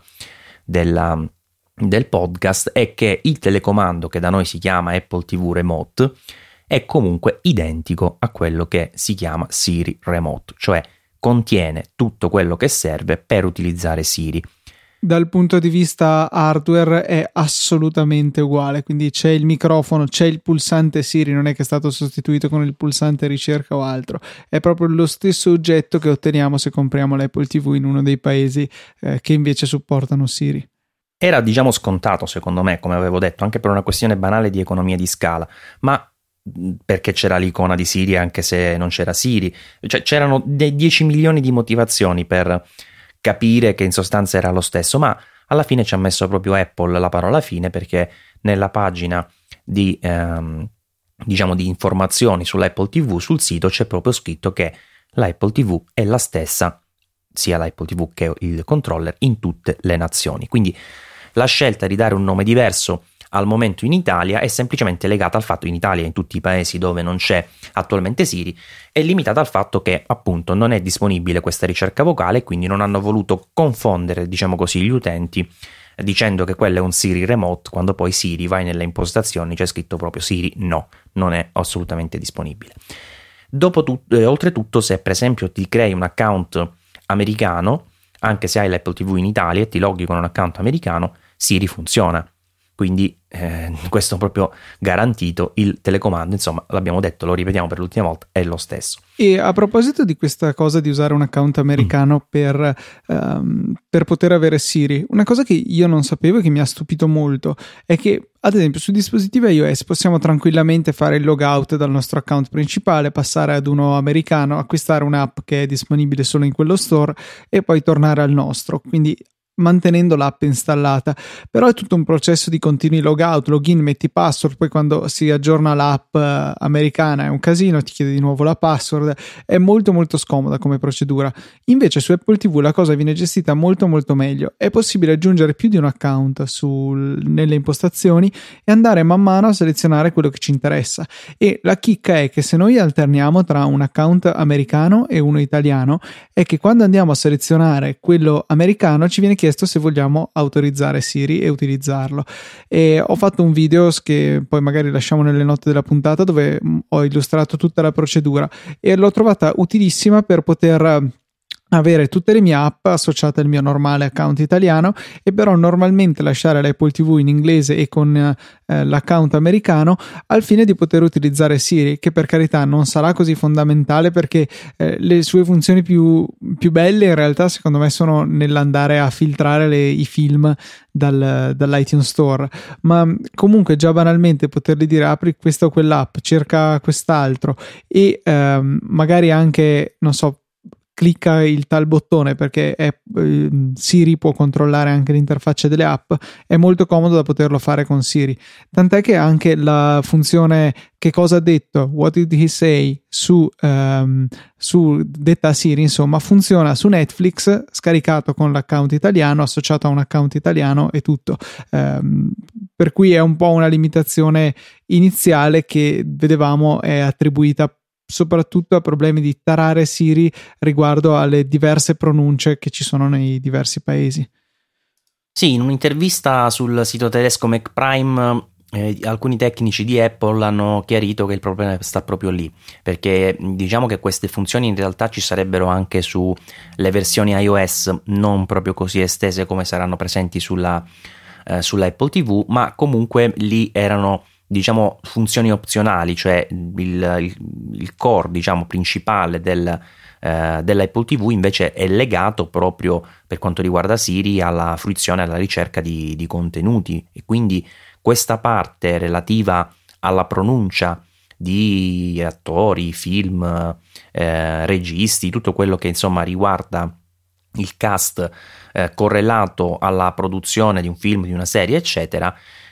del podcast, è che il telecomando che da noi si chiama Apple TV Remote è comunque identico a quello che si chiama Siri Remote, cioè contiene tutto quello che serve per utilizzare Siri. Dal punto di vista hardware è assolutamente uguale, quindi c'è il microfono, c'è il pulsante Siri, non è che è stato sostituito con il pulsante ricerca o altro, è proprio lo stesso oggetto che otteniamo se compriamo l'Apple TV in uno dei paesi che invece supportano Siri. Era, diciamo, scontato, secondo me, come avevo detto, anche per una questione banale di economia di scala, ma perché c'era l'icona di Siri anche se non c'era Siri, cioè c'erano 10 milioni di motivazioni per capire che in sostanza era lo stesso, ma alla fine ci ha messo proprio Apple la parola fine, perché nella pagina di diciamo di informazioni sull'Apple TV sul sito c'è proprio scritto che la Apple TV è la stessa, sia la Apple TV che il controller, in tutte le nazioni. Quindi la scelta di dare un nome diverso al momento in Italia è semplicemente legata al fatto, in Italia e in tutti i paesi dove non c'è attualmente Siri, è limitata al fatto che appunto non è disponibile questa ricerca vocale, quindi non hanno voluto confondere, diciamo così, gli utenti dicendo che quello è un Siri remote, quando poi Siri, vai nelle impostazioni, c'è scritto proprio Siri, no, non è assolutamente disponibile. Oltretutto, se per esempio ti crei un account americano, anche se hai l'Apple TV in Italia e ti loghi con un account americano, Siri funziona. Quindi questo è proprio garantito, il telecomando, insomma, l'abbiamo detto, lo ripetiamo per l'ultima volta, è lo stesso. E a proposito di questa cosa di usare un account americano per poter avere Siri, una cosa che io non sapevo e che mi ha stupito molto è che, ad esempio, su dispositivi iOS possiamo tranquillamente fare il logout dal nostro account principale, passare ad uno americano, acquistare un'app che è disponibile solo in quello store e poi tornare al nostro, quindi mantenendo l'app installata. Però è tutto un processo di continui logout, login, metti password, poi quando si aggiorna l'app americana è un casino, ti chiede di nuovo la password, è molto molto scomoda come procedura. Invece su Apple TV la cosa viene gestita molto molto meglio, è possibile aggiungere più di un account nelle impostazioni e andare man mano a selezionare quello che ci interessa, e la chicca è che se noi alterniamo tra un account americano e uno italiano, è che quando andiamo a selezionare quello americano ci viene chiesto se vogliamo autorizzare Siri e utilizzarlo. E ho fatto un video che poi magari lasciamo nelle note della puntata, dove ho illustrato tutta la procedura e l'ho trovata utilissima per poter avere tutte le mie app associate al mio normale account italiano, e però normalmente lasciare l'Apple TV in inglese e con l'account americano, al fine di poter utilizzare Siri, che per carità non sarà così fondamentale, perché le sue funzioni più belle in realtà secondo me sono nell'andare a filtrare i film dall'iTunes Store, ma comunque già banalmente potergli dire apri questa o quell'app, cerca quest'altro e magari anche, non so, clicca il tal bottone, perché Siri può controllare anche l'interfaccia delle app, è molto comodo da poterlo fare con Siri, tant'è che anche la funzione che cosa ha detto, what did he say, su detta Siri, insomma, funziona su Netflix scaricato con l'account italiano, associato a un account italiano e tutto, per cui è un po' una limitazione iniziale che vedevamo è attribuita soprattutto a problemi di tarare Siri riguardo alle diverse pronunce che ci sono nei diversi paesi. Sì, in un'intervista sul sito tedesco MacPrime alcuni tecnici di Apple hanno chiarito che il problema sta proprio lì, perché diciamo che queste funzioni in realtà ci sarebbero anche sulle versioni iOS, non proprio così estese come saranno presenti sulla Apple TV, ma comunque lì erano, diciamo, funzioni opzionali, cioè il core, diciamo, principale dell'Apple TV invece è legato proprio, per quanto riguarda Siri, alla fruizione, alla ricerca di contenuti, e quindi questa parte relativa alla pronuncia di attori, film, registi, tutto quello che insomma riguarda il cast correlato alla produzione di un film, di una serie, eccetera,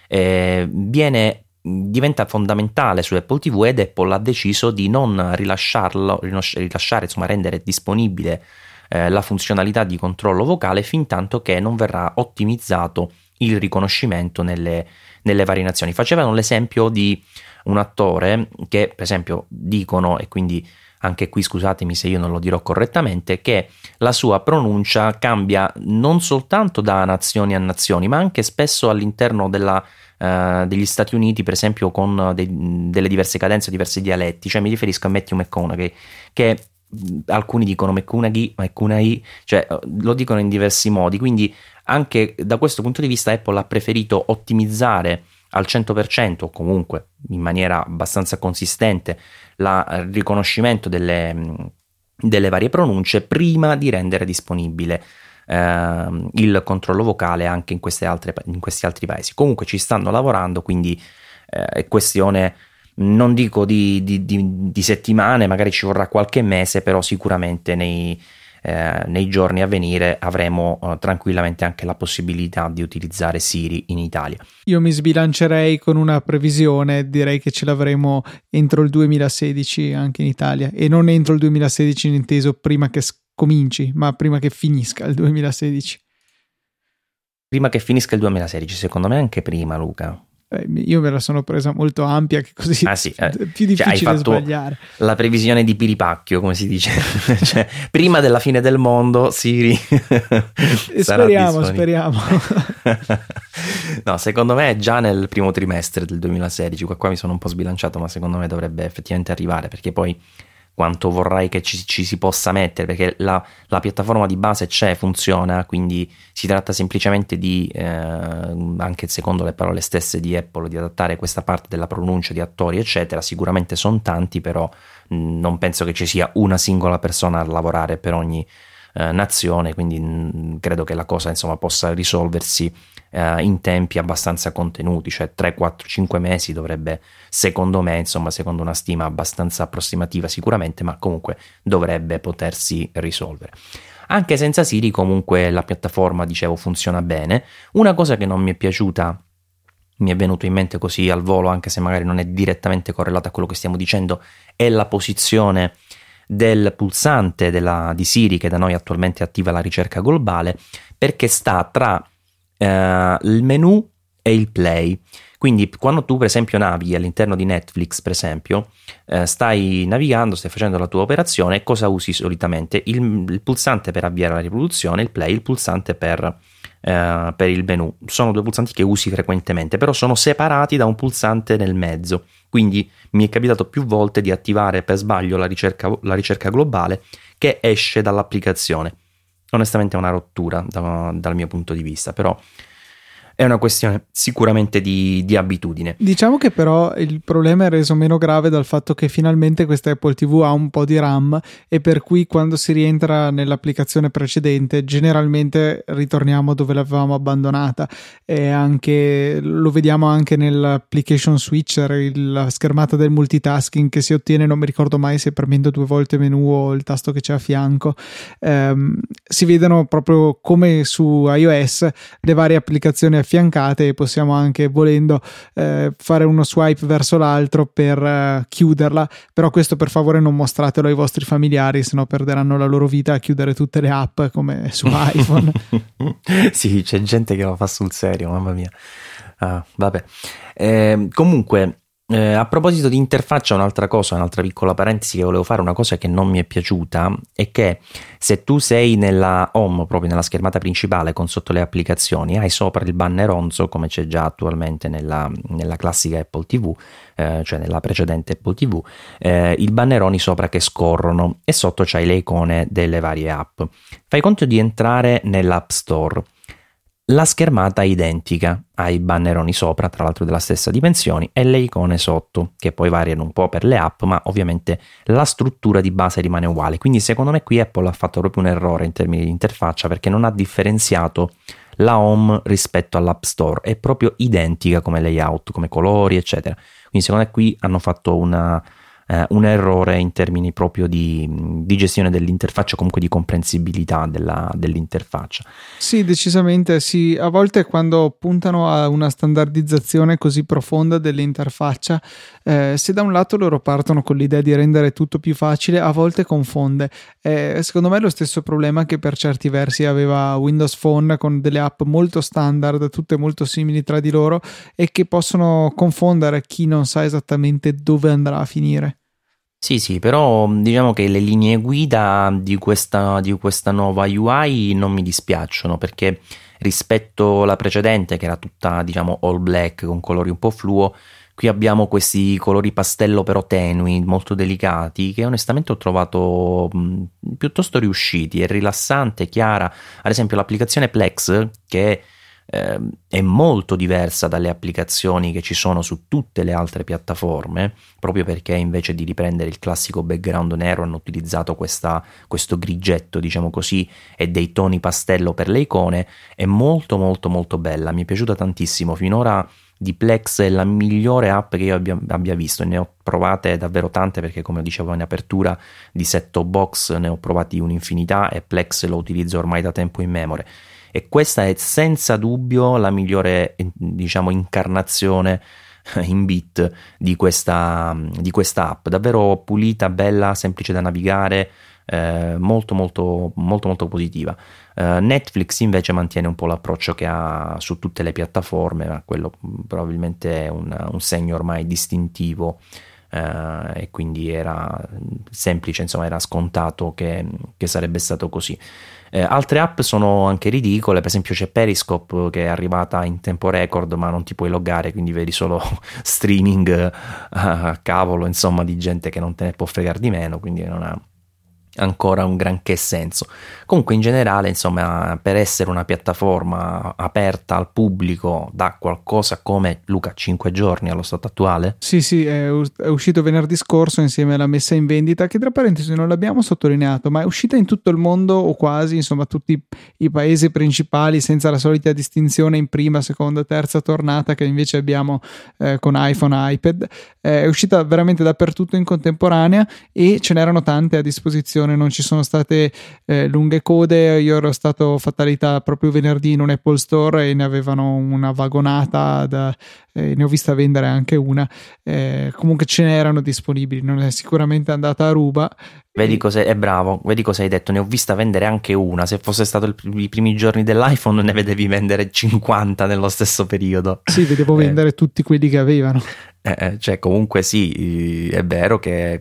diventa fondamentale su Apple TV, ed Apple ha deciso di non rilasciare, insomma rendere disponibile la funzionalità di controllo vocale fin tanto che non verrà ottimizzato il riconoscimento nelle varie nazioni. Facevano l'esempio di un attore che, per esempio, dicono, e quindi anche qui scusatemi se io non lo dirò correttamente, che la sua pronuncia cambia non soltanto da nazioni a nazioni, ma anche spesso all'interno degli Stati Uniti, per esempio, con delle diverse cadenze, diversi dialetti. Cioè mi riferisco a Matthew McConaughey, che alcuni dicono McConaughey, cioè lo dicono in diversi modi, quindi anche da questo punto di vista Apple ha preferito ottimizzare al 100%, o comunque in maniera abbastanza consistente, il riconoscimento delle varie pronunce prima di rendere disponibile il controllo vocale anche in questi altri paesi. Comunque ci stanno lavorando, quindi è questione, non dico di settimane, magari ci vorrà qualche mese, però sicuramente nei giorni a venire avremo tranquillamente anche la possibilità di utilizzare Siri in Italia. Io mi sbilancerei con una previsione, direi che ce l'avremo entro il 2016 anche in Italia, e non entro il 2016 inteso prima che cominci, ma prima che finisca il 2016. Prima che finisca il 2016, secondo me anche prima, Luca. Io me la sono presa molto ampia, che così sì, è più difficile hai fatto sbagliare. La previsione di Piripacchio, come si dice. Cioè, prima della fine del mondo Siri speriamo. No, secondo me è già nel primo trimestre del 2016. Qua mi sono un po' sbilanciato, ma secondo me dovrebbe effettivamente arrivare, perché poi quanto vorrai che ci si possa mettere, perché la piattaforma di base funziona, quindi si tratta semplicemente di, anche secondo le parole stesse di Apple, di adattare questa parte della pronuncia di attori eccetera. Sicuramente sono tanti, però non penso che ci sia una singola persona a lavorare per ogni nazione, quindi credo che la cosa insomma possa risolversi in tempi abbastanza contenuti, cioè 3, 4, 5 mesi dovrebbe, secondo me, insomma, secondo una stima abbastanza approssimativa sicuramente, ma comunque dovrebbe potersi risolvere. Anche senza Siri comunque la piattaforma, dicevo, funziona bene. Una cosa che non mi è piaciuta, mi è venuto in mente così al volo, anche se magari non è direttamente correlata a quello che stiamo dicendo, è la posizione del pulsante di Siri, che da noi attualmente attiva la ricerca globale, perché sta tra il menu e il play. Quindi quando tu per esempio navighi all'interno di Netflix, per esempio, stai navigando, stai facendo la tua operazione, cosa usi solitamente? Il pulsante per avviare la riproduzione, il play, il pulsante per il menu. Sono due pulsanti che usi frequentemente, però sono separati da un pulsante nel mezzo. Quindi mi è capitato più volte di attivare per sbaglio la ricerca globale che esce dall'applicazione. Onestamente è una rottura dal mio punto di vista, però è una questione sicuramente di abitudine. Diciamo che però il problema è reso meno grave dal fatto che finalmente questa Apple TV ha un po' di RAM, e per cui quando si rientra nell'applicazione precedente generalmente ritorniamo dove l'avevamo abbandonata, e anche lo vediamo anche nell'application switcher, la schermata del multitasking che si ottiene, non mi ricordo mai se premendo 2 volte menu o il tasto che c'è a fianco. Si vedono proprio come su iOS le varie applicazioni affiancate, e possiamo anche, volendo, fare uno swipe verso l'altro per chiuderla. Però questo per favore non mostratelo ai vostri familiari, sennò perderanno la loro vita a chiudere tutte le app come su iPhone. Sì, c'è gente che lo fa sul serio, mamma mia. Vabbè. Comunque, a proposito di interfaccia, un'altra piccola parentesi che volevo fare, una cosa che non mi è piaciuta è che se tu sei nella home, proprio nella schermata principale con sotto le applicazioni, hai sopra il banneronzo, come c'è già attualmente nella classica Apple TV, cioè nella precedente Apple TV, i banneroni sopra che scorrono, e sotto c'hai le icone delle varie app. Fai conto di entrare nell'App Store. La schermata è identica, ha i banneroni sopra, tra l'altro della stessa dimensioni, e le icone sotto, che poi variano un po' per le app, ma ovviamente la struttura di base rimane uguale. Quindi secondo me qui Apple ha fatto proprio un errore in termini di interfaccia, perché non ha differenziato la home rispetto all'App Store, è proprio identica come layout, come colori, eccetera. Quindi secondo me qui hanno fatto un errore in termini proprio di gestione dell'interfaccia, comunque di comprensibilità dell'interfaccia. Sì, decisamente sì. A volte quando puntano a una standardizzazione così profonda dell'interfaccia, se da un lato loro partono con l'idea di rendere tutto più facile, a volte confonde. Secondo me è lo stesso problema che per certi versi aveva Windows Phone, con delle app molto standard, tutte molto simili tra di loro, e che possono confondere chi non sa esattamente dove andrà a finire. Sì, però diciamo che le linee guida di questa nuova UI non mi dispiacciono, perché rispetto alla precedente, che era tutta, diciamo, all black con colori un po' fluo, qui abbiamo questi colori pastello però tenui, molto delicati, che onestamente ho trovato piuttosto riusciti. È rilassante, chiara. Ad esempio l'applicazione Plex, che è molto diversa dalle applicazioni che ci sono su tutte le altre piattaforme, proprio perché invece di riprendere il classico background nero hanno utilizzato questo grigetto, diciamo così, e dei toni pastello per le icone. È molto molto molto bella, mi è piaciuta tantissimo. Finora di Plex è la migliore app che io abbia visto. Ne ho provate davvero tante, perché come dicevo in apertura di set-top box ne ho provati un'infinità e Plex lo utilizzo ormai da tempo immemore, e questa è senza dubbio la migliore, diciamo, incarnazione in bit di questa app, davvero pulita, bella, semplice da navigare, molto molto molto molto positiva. Netflix invece mantiene un po' l'approccio che ha su tutte le piattaforme, ma quello probabilmente è un segno ormai distintivo, e quindi era semplice, insomma era scontato che sarebbe stato così. Altre app sono anche ridicole, per esempio c'è Periscope che è arrivata in tempo record, ma non ti puoi loggare, quindi vedi solo streaming a cavolo, insomma, di gente che non te ne può fregare di meno, quindi non ha ancora un granché senso. Comunque in generale, insomma, per essere una piattaforma aperta al pubblico da qualcosa come, Luca, 5 giorni allo stato attuale? Sì, è uscito venerdì scorso insieme alla messa in vendita, che tra parentesi non l'abbiamo sottolineato, ma è uscita in tutto il mondo o quasi, insomma tutti i paesi principali, senza la solita distinzione in prima, seconda, terza tornata che invece abbiamo con iPhone, iPad. È uscita veramente dappertutto in contemporanea e ce n'erano tante a disposizione, non ci sono state lunghe code. Io ero stato fatalità proprio venerdì in un Apple Store e ne avevano una vagonata, ne ho vista vendere anche una, comunque ce n'erano disponibili, non è sicuramente andata a ruba. Vedi cos'è, è bravo, vedi cosa hai detto, ne ho vista vendere anche una. Se fosse stato i primi giorni dell'iPhone ne vedevi vendere 50 nello stesso periodo. Sì, vedevo vendere tutti quelli che avevano. Cioè comunque sì, è vero che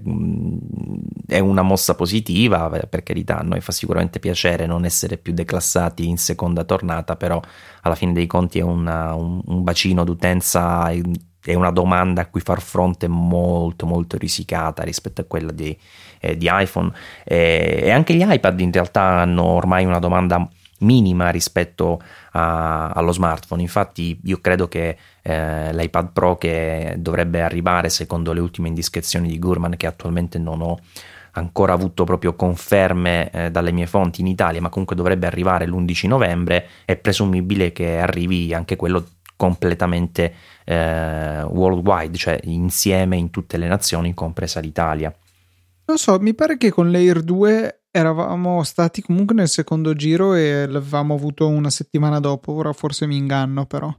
è una mossa positiva, per carità, a noi fa sicuramente piacere non essere più declassati in seconda tornata, però alla fine dei conti è un bacino d'utenza, è una domanda a cui far fronte molto molto risicata rispetto a quella di iPhone, e anche gli iPad in realtà hanno ormai una domanda minima rispetto allo smartphone. Infatti io credo che l'iPad Pro, che dovrebbe arrivare secondo le ultime indiscrezioni di Gurman, che attualmente non ho ancora avuto proprio conferme dalle mie fonti in Italia, ma comunque dovrebbe arrivare l'11 novembre, è presumibile che arrivi anche quello completamente worldwide, cioè insieme in tutte le nazioni, compresa l'Italia. Non so, mi pare che con l'Air 2 eravamo stati comunque nel secondo giro e l'avevamo avuto una settimana dopo, ora forse mi inganno però.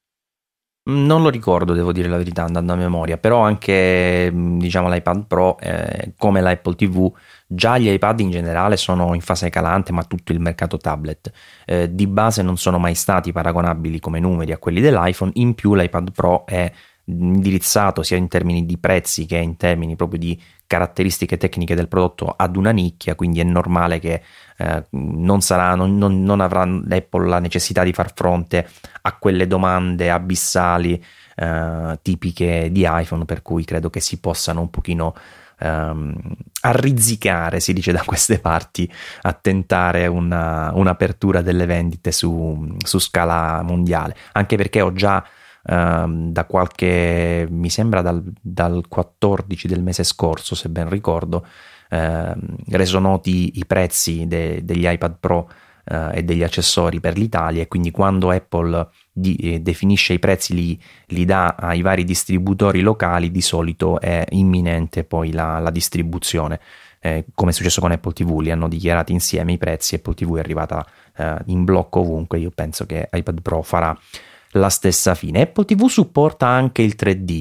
Non lo ricordo, devo dire la verità, andando a memoria, però anche diciamo l'iPad Pro, come l'Apple TV, già gli iPad in generale sono in fase calante, ma tutto il mercato tablet di base non sono mai stati paragonabili come numeri a quelli dell'iPhone. In più l'iPad Pro è indirizzato sia in termini di prezzi che in termini proprio di caratteristiche tecniche del prodotto ad una nicchia, quindi è normale che non avrà Apple la necessità di far fronte a quelle domande abissali tipiche di iPhone, per cui credo che si possano un pochino arrizzicare, si dice da queste parti, a tentare un'apertura delle vendite su scala mondiale, anche perché ho già da qualche, mi sembra dal 14 del mese scorso, se ben ricordo, reso noti i prezzi degli iPad Pro e degli accessori per l'Italia, e quindi quando Apple definisce i prezzi, li dà ai vari distributori locali, di solito è imminente poi la distribuzione, come è successo con Apple TV. Li hanno dichiarati insieme i prezzi, Apple TV è arrivata in blocco ovunque. Io penso che iPad Pro farà la stessa fine. Apple TV supporta anche il 3D,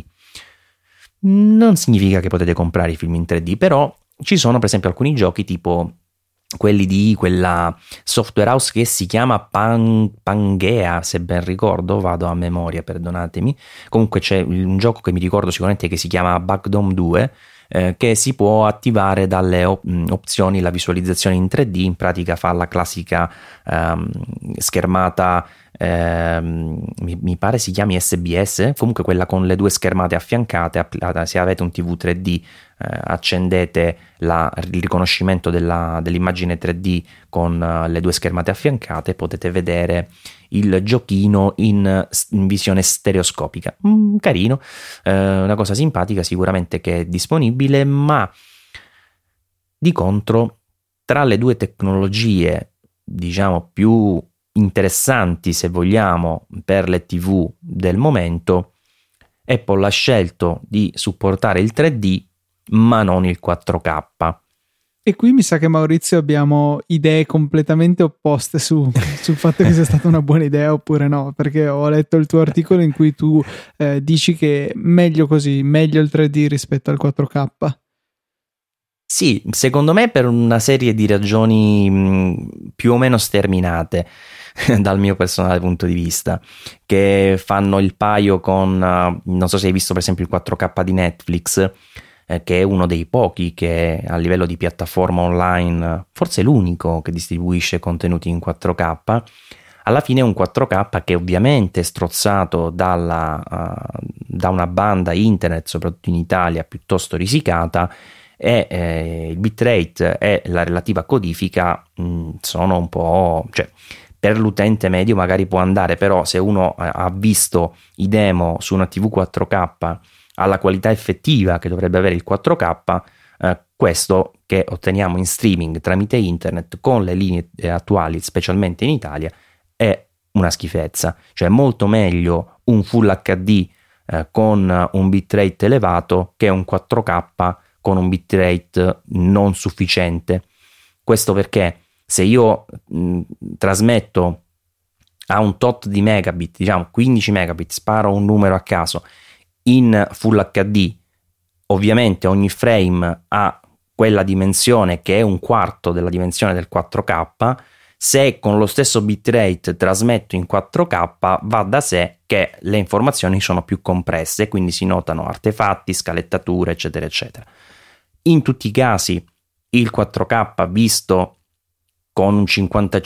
non significa che potete comprare i film in 3D, però ci sono per esempio alcuni giochi tipo quelli di quella software house che si chiama Pangea, se ben ricordo, vado a memoria, perdonatemi. Comunque c'è un gioco che mi ricordo sicuramente che si chiama Backdome 2, che si può attivare dalle opzioni la visualizzazione in 3D. In pratica fa la classica schermata, mi pare si chiami SBS, comunque quella con le due schermate affiancate. Se avete un TV 3D, accendete il riconoscimento dell'immagine 3D con le due schermate affiancate, potete vedere il giochino in visione stereoscopica. Carino, una cosa simpatica sicuramente, che è disponibile, ma di contro tra le due tecnologie diciamo più interessanti, se vogliamo, per le TV del momento, Apple ha scelto di supportare il 3D ma non il 4K. E qui mi sa che Maurizio abbiamo idee completamente opposte sul fatto che sia stata una buona idea oppure no, perché ho letto il tuo articolo in cui tu dici che meglio così, meglio il 3D rispetto al 4K. Sì, secondo me per una serie di ragioni più o meno sterminate dal mio personale punto di vista, che fanno il paio con, non so se hai visto per esempio il 4K di Netflix, che è uno dei pochi che a livello di piattaforma online, forse l'unico che distribuisce contenuti in 4K. Alla fine è un 4K che ovviamente è strozzato da una banda internet, soprattutto in Italia, piuttosto risicata, e il bitrate e la relativa codifica sono un po', cioè, per l'utente medio magari può andare, però se uno ha visto i demo su una TV 4K alla qualità effettiva che dovrebbe avere il 4K, questo che otteniamo in streaming tramite internet con le linee attuali, specialmente in Italia, è una schifezza. Cioè è molto meglio un Full HD con un bitrate elevato che un 4K con un bitrate non sufficiente. Questo perché se io trasmetto a un tot di megabit, diciamo 15 megabit, sparo un numero a caso, in Full HD, ovviamente ogni frame ha quella dimensione che è un quarto della dimensione del 4K. Se con lo stesso bitrate trasmetto in 4K, va da sé che le informazioni sono più compresse, quindi si notano artefatti, scalettature, eccetera, eccetera. In tutti i casi il 4K visto con un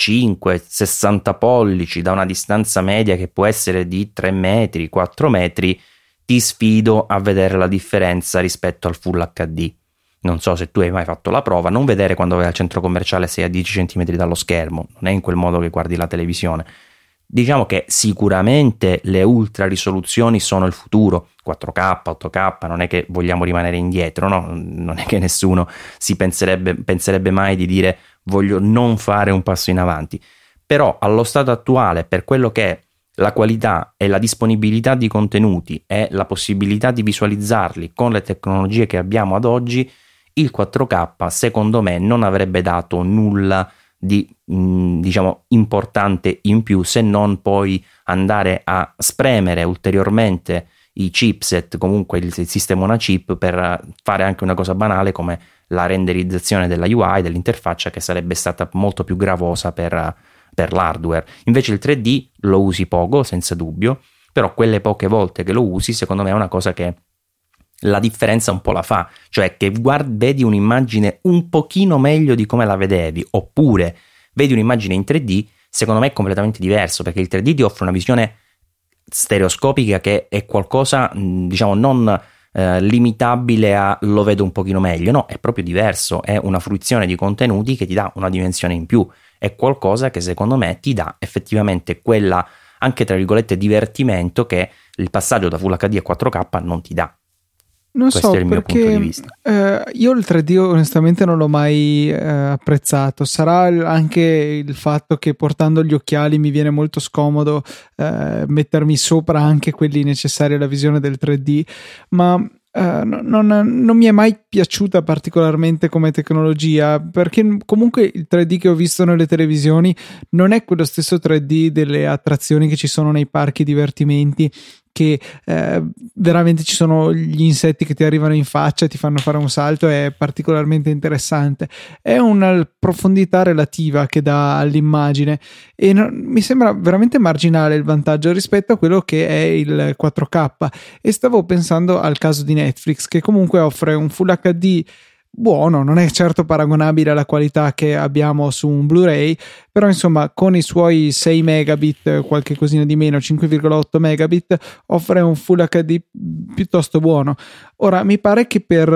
55-60 pollici da una distanza media che può essere di 3 metri, 4 metri, ti sfido a vedere la differenza rispetto al Full HD. Non so se tu hai mai fatto la prova, non vedere quando vai al centro commerciale sei a 10 cm dallo schermo, non è in quel modo che guardi la televisione. Diciamo che sicuramente le ultra risoluzioni sono il futuro, 4K, 8K, non è che vogliamo rimanere indietro, no? Non è che nessuno si penserebbe mai di dire voglio non fare un passo in avanti. Però allo stato attuale, per quello che è la qualità e la disponibilità di contenuti e la possibilità di visualizzarli con le tecnologie che abbiamo ad oggi, il 4K secondo me non avrebbe dato nulla di diciamo importante in più, se non poi andare a spremere ulteriormente i chipset, comunque il sistema on a chip, per fare anche una cosa banale come la renderizzazione della UI, dell'interfaccia, che sarebbe stata molto più gravosa per l'hardware. Invece il 3D lo usi poco, senza dubbio, però quelle poche volte che lo usi, secondo me è una cosa che la differenza un po' la fa, cioè che vedi un'immagine un pochino meglio di come la vedevi, oppure vedi un'immagine in 3D, secondo me è completamente diverso, perché il 3D ti offre una visione stereoscopica che è qualcosa, diciamo, non limitabile a lo vedo un pochino meglio, no, è proprio diverso, è una fruizione di contenuti che ti dà una dimensione in più, è qualcosa che secondo me ti dà effettivamente quella, anche tra virgolette, divertimento che il passaggio da Full HD a 4K non ti dà. Non Questo so, è il mio punto di vista. Io il 3D onestamente non l'ho mai apprezzato. Sarà anche il fatto che portando gli occhiali mi viene molto scomodo mettermi sopra anche quelli necessari alla visione del 3D, ma non mi è mai piaciuta particolarmente come tecnologia, perché comunque il 3D che ho visto nelle televisioni non è quello stesso 3D delle attrazioni che ci sono nei parchi divertimenti, che veramente ci sono gli insetti che ti arrivano in faccia e ti fanno fare un salto. È particolarmente interessante, è una profondità relativa che dà all'immagine e mi sembra veramente marginale il vantaggio rispetto a quello che è il 4K. E stavo pensando al caso di Netflix, che comunque offre un Full HD buono, non è certo paragonabile alla qualità che abbiamo su un Blu-ray, però insomma con i suoi 6 megabit, qualche cosina di meno, 5,8 megabit, offre un Full HD piuttosto buono. Ora mi pare che per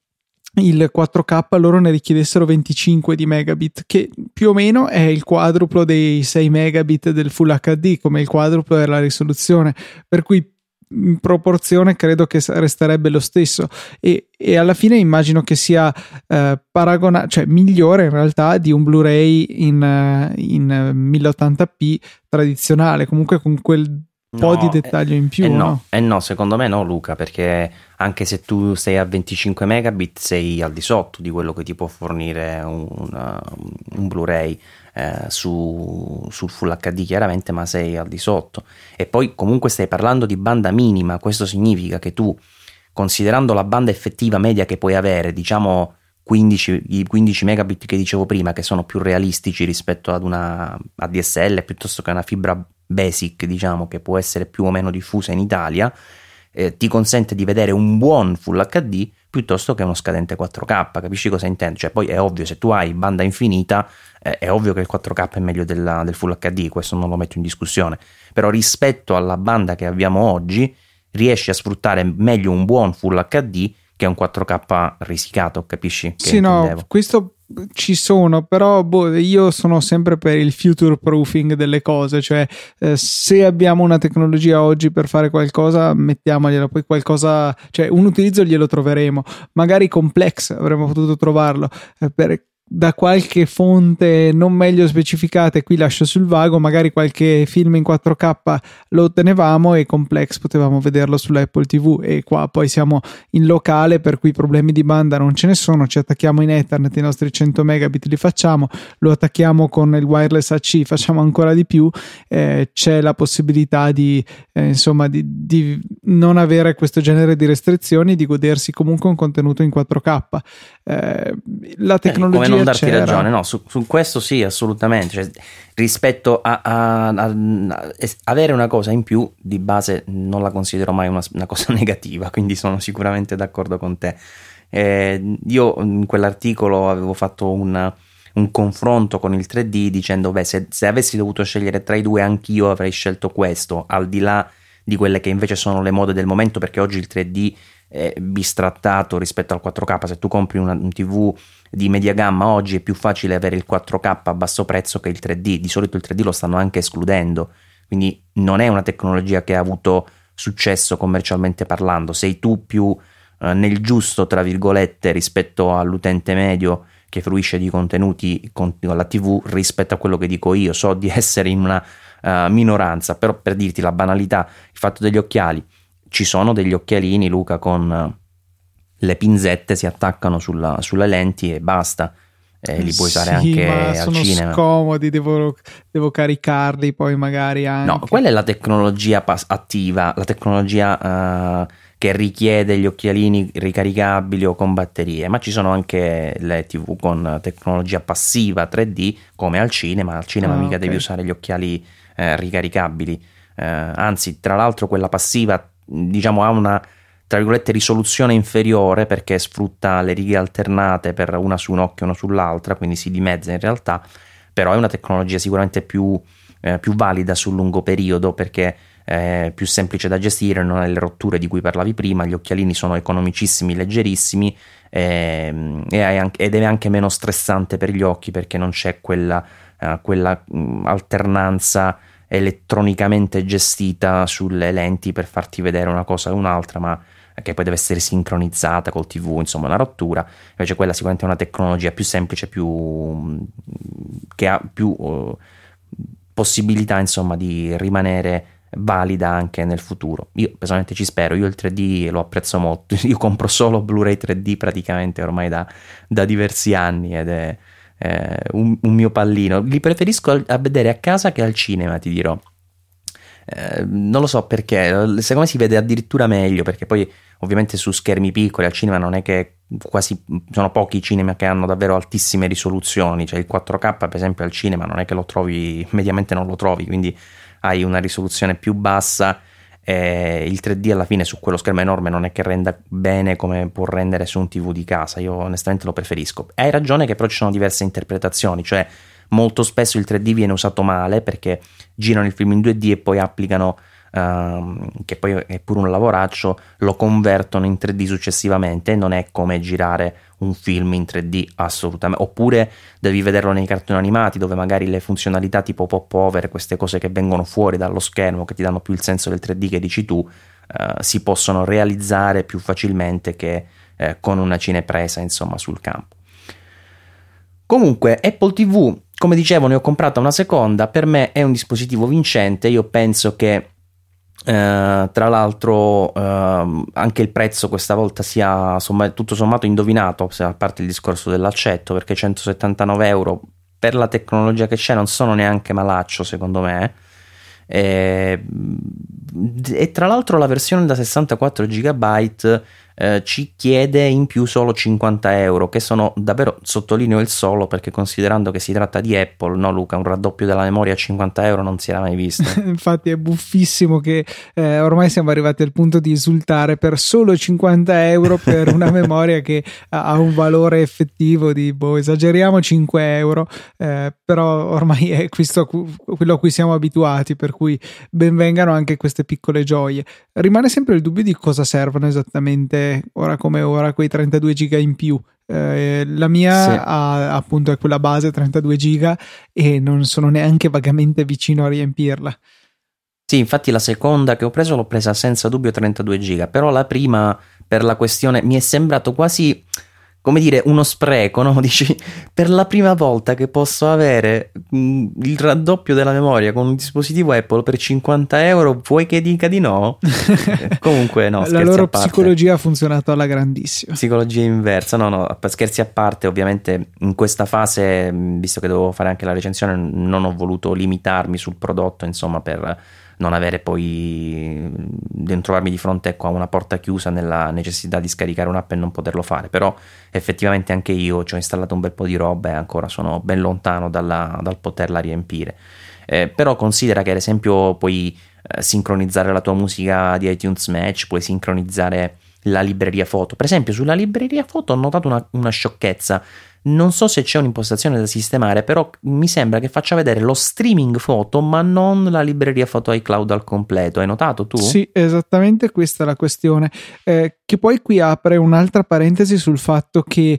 il 4K loro ne richiedessero 25 di megabit, che più o meno è il quadruplo dei 6 megabit del Full HD, come il quadruplo della risoluzione, per cui in proporzione credo che resterebbe lo stesso, e alla fine immagino che sia cioè migliore in realtà di un Blu-ray in 1080p tradizionale, comunque con quel po' di dettaglio in più. No, secondo me no, Luca, perché anche se tu sei a 25 megabit sei al di sotto di quello che ti può fornire un Blu-ray sul Full HD chiaramente, ma sei al di sotto. E poi comunque stai parlando di banda minima, questo significa che tu, considerando la banda effettiva media che puoi avere, diciamo i 15 megabit che dicevo prima, che sono più realistici rispetto ad una ADSL piuttosto che una fibra basic, diciamo, che può essere più o meno diffusa in Italia, ti consente di vedere un buon Full HD piuttosto che uno scadente 4K, capisci cosa intendo? Cioè, poi è ovvio, se tu hai banda infinita, è ovvio che il 4K è meglio del Full HD, questo non lo metto in discussione, però rispetto alla banda che abbiamo oggi riesci a sfruttare meglio un buon Full HD che un 4K risicato, capisci? Che sì, intendevo. No, questo ci sono, però io sono sempre per il future proofing delle cose, cioè se abbiamo una tecnologia oggi per fare qualcosa, mettiamogliela, poi qualcosa, cioè un utilizzo glielo troveremo, magari complex avremmo potuto trovarlo da qualche fonte non meglio specificata, e qui lascio sul vago, magari qualche film in 4K lo ottenevamo e complex potevamo vederlo sull'Apple TV, e qua poi siamo in locale per cui problemi di banda non ce ne sono, ci attacchiamo in Ethernet, i nostri 100 megabit li facciamo, lo attacchiamo con il wireless AC, facciamo ancora di più, c'è la possibilità di non avere questo genere di restrizioni, di godersi comunque un contenuto in 4K. La tecnologia come non darti ragione, no, su questo sì, assolutamente, cioè, rispetto a avere una cosa in più di base non la considero mai una cosa negativa, quindi sono sicuramente d'accordo con te. Io in quell'articolo avevo fatto un confronto con il 3D dicendo se avessi dovuto scegliere tra i due anch'io avrei scelto questo, al di là di quelle che invece sono le mode del momento, perché oggi il 3D è bistrattato rispetto al 4K. Se tu compri un TV di media gamma oggi è più facile avere il 4K a basso prezzo che il 3D, di solito il 3D lo stanno anche escludendo, quindi non è una tecnologia che ha avuto successo commercialmente parlando. Sei tu più nel giusto tra virgolette rispetto all'utente medio che fruisce di contenuti con la TV rispetto a quello che dico io. So di essere in una minoranza, però per dirti la banalità, il fatto degli occhiali, ci sono degli occhialini, Luca, con le pinzette si attaccano sulle lenti e basta, li puoi usare anche al cinema. Sono scomodi, devo caricarli poi magari anche. No, quella è la tecnologia attiva, la tecnologia che richiede gli occhialini ricaricabili o con batterie, ma ci sono anche le TV con tecnologia passiva 3D come al cinema mica okay. Devi usare gli occhiali ricaricabili, anzi tra l'altro quella passiva diciamo ha una tra virgolette risoluzione inferiore perché sfrutta le righe alternate per una su un occhio e una sull'altra, quindi si dimezza in realtà, però è una tecnologia sicuramente più valida sul lungo periodo perché è più semplice da gestire, non ha le rotture di cui parlavi prima, gli occhialini sono economicissimi, leggerissimi ed è anche meno stressante per gli occhi perché non c'è quella alternanza elettronicamente gestita sulle lenti per farti vedere una cosa o un'altra, ma che poi deve essere sincronizzata col TV, insomma una rottura. Invece quella sicuramente è una tecnologia più semplice, che ha più possibilità insomma di rimanere valida anche nel futuro. Io personalmente ci spero, io il 3D lo apprezzo molto, io compro solo Blu-ray 3D praticamente ormai da diversi anni ed è un mio pallino. Li preferisco a vedere a casa che al cinema, ti dirò. Non lo so perché, secondo me si vede addirittura meglio, perché poi ovviamente su schermi piccoli al cinema non è che sono pochi i cinema che hanno davvero altissime risoluzioni, cioè il 4K per esempio al cinema non è che lo trovi, mediamente non lo trovi, quindi hai una risoluzione più bassa. Il 3D alla fine su quello schermo enorme non è che renda bene come può rendere su un TV di casa. Io onestamente lo preferisco. Hai ragione che però ci sono diverse interpretazioni, cioè molto spesso il 3D viene usato male perché girano il film in 2D e poi applicano che poi è pure un lavoraccio, lo convertono in 3D successivamente e non è come girare un film in 3D assolutamente. Oppure devi vederlo nei cartoni animati dove magari le funzionalità tipo pop over, queste cose che vengono fuori dallo schermo che ti danno più il senso del 3D che dici tu, si possono realizzare più facilmente che con una cinepresa, insomma, sul campo. Comunque Apple TV, come dicevo, ne ho comprata una seconda, per me è un dispositivo vincente. Io penso che tra l'altro anche il prezzo questa volta sia tutto sommato indovinato, se a parte il discorso dell'accetto, perché 179 euro per la tecnologia che c'è non sono neanche malaccio, secondo me. E tra l'altro la versione da 64 GB ci chiede in più solo 50 euro, che sono davvero, sottolineo il solo, perché considerando che si tratta di Apple, no Luca, un raddoppio della memoria a 50 euro non si era mai visto. Infatti è buffissimo che ormai siamo arrivati al punto di esultare per solo 50 euro per una memoria che ha un valore effettivo di, esageriamo, 5 euro, però ormai è questo quello a cui siamo abituati, per cui benvengano anche queste piccole gioie. Rimane sempre il dubbio di cosa servono esattamente ora come ora quei 32 giga in più. La mia sì, appunto è quella base 32 giga e non sono neanche vagamente vicino a riempirla. Sì, infatti la seconda che ho preso l'ho presa senza dubbio 32 giga, però la prima, per la questione, mi è sembrato quasi, come dire, uno spreco, no? Dici, per la prima volta che posso avere il raddoppio della memoria con un dispositivo Apple per 50 euro, vuoi che dica di no? Comunque no, la loro psicologia ha funzionato alla grandissima. Psicologia inversa, no, scherzi a parte, ovviamente in questa fase, visto che dovevo fare anche la recensione, non ho voluto limitarmi sul prodotto, insomma, per non avere poi non trovarmi di fronte a una porta chiusa nella necessità di scaricare un'app e non poterlo fare. Però effettivamente anche io ci ho installato un bel po' di roba e ancora sono ben lontano dal poterla riempire. Però considera che ad esempio puoi sincronizzare la tua musica di iTunes Match, puoi sincronizzare la libreria foto. Per esempio sulla libreria foto ho notato una sciocchezza. Non so se c'è un'impostazione da sistemare, però mi sembra che faccia vedere lo streaming foto ma non la libreria foto iCloud al completo. Hai notato tu? Sì, esattamente questa è la questione, che poi qui apre un'altra parentesi sul fatto che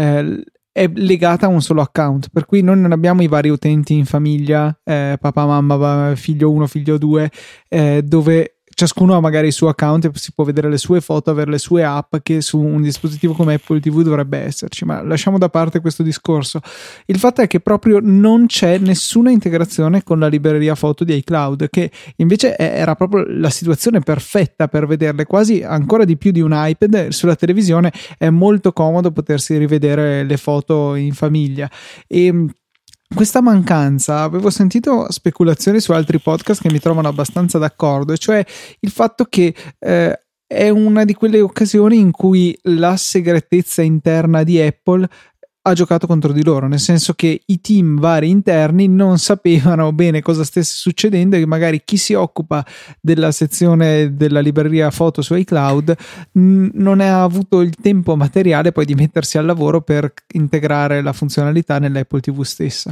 è legata a un solo account, per cui noi non abbiamo i vari utenti in famiglia, papà, mamma, figlio 1, figlio 2, dove ciascuno ha magari il suo account e si può vedere le sue foto, avere le sue app, che su un dispositivo come Apple TV dovrebbe esserci, ma lasciamo da parte questo discorso. Il fatto è che proprio non c'è nessuna integrazione con la libreria foto di iCloud, che invece era proprio la situazione perfetta per vederle, quasi ancora di più di un iPad. Sulla televisione è molto comodo potersi rivedere le foto in famiglia. E questa mancanza, avevo sentito speculazioni su altri podcast che mi trovano abbastanza d'accordo, e cioè il fatto che è una di quelle occasioni in cui la segretezza interna di Apple ha giocato contro di loro, nel senso che i team vari interni non sapevano bene cosa stesse succedendo e magari chi si occupa della sezione della libreria foto su iCloud non ha avuto il tempo materiale poi di mettersi al lavoro per integrare la funzionalità nell'Apple TV stessa.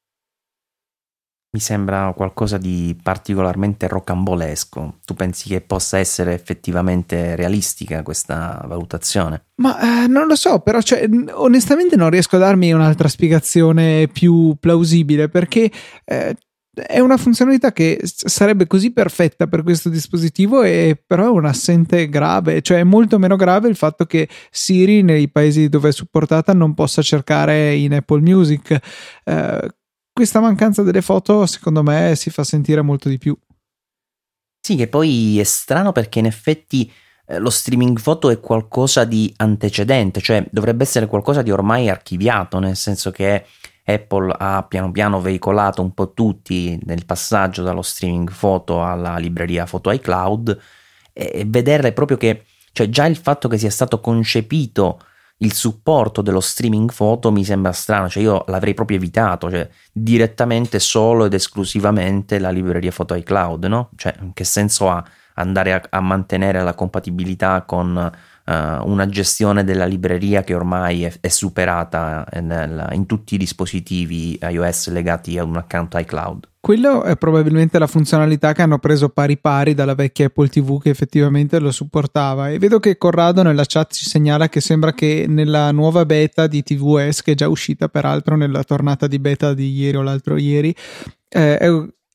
Mi sembra qualcosa di particolarmente rocambolesco. Tu pensi che possa essere effettivamente realistica questa valutazione? Ma non lo so, però onestamente non riesco a darmi un'altra spiegazione più plausibile, perché è una funzionalità che sarebbe così perfetta per questo dispositivo e però è un assente grave, cioè è molto meno grave il fatto che Siri nei paesi dove è supportata non possa cercare in Apple Music. Questa mancanza delle foto secondo me si fa sentire molto di più. Sì, che poi è strano perché in effetti lo streaming foto è qualcosa di antecedente, cioè dovrebbe essere qualcosa di ormai archiviato, nel senso che Apple ha piano piano veicolato un po' tutti nel passaggio dallo streaming foto alla libreria foto iCloud, e vedere proprio che, cioè già il fatto che sia stato concepito il supporto dello streaming foto mi sembra strano, cioè io l'avrei proprio evitato, cioè direttamente solo ed esclusivamente la libreria foto iCloud, no? Cioè che senso ha andare a mantenere la compatibilità con una gestione della libreria che ormai è superata in tutti i dispositivi iOS legati ad un account iCloud. Quello è probabilmente la funzionalità che hanno preso pari pari dalla vecchia Apple TV che effettivamente lo supportava, e vedo che Corrado nella chat ci segnala che sembra che nella nuova beta di tvOS, che è già uscita peraltro nella tornata di beta di ieri o l'altro ieri,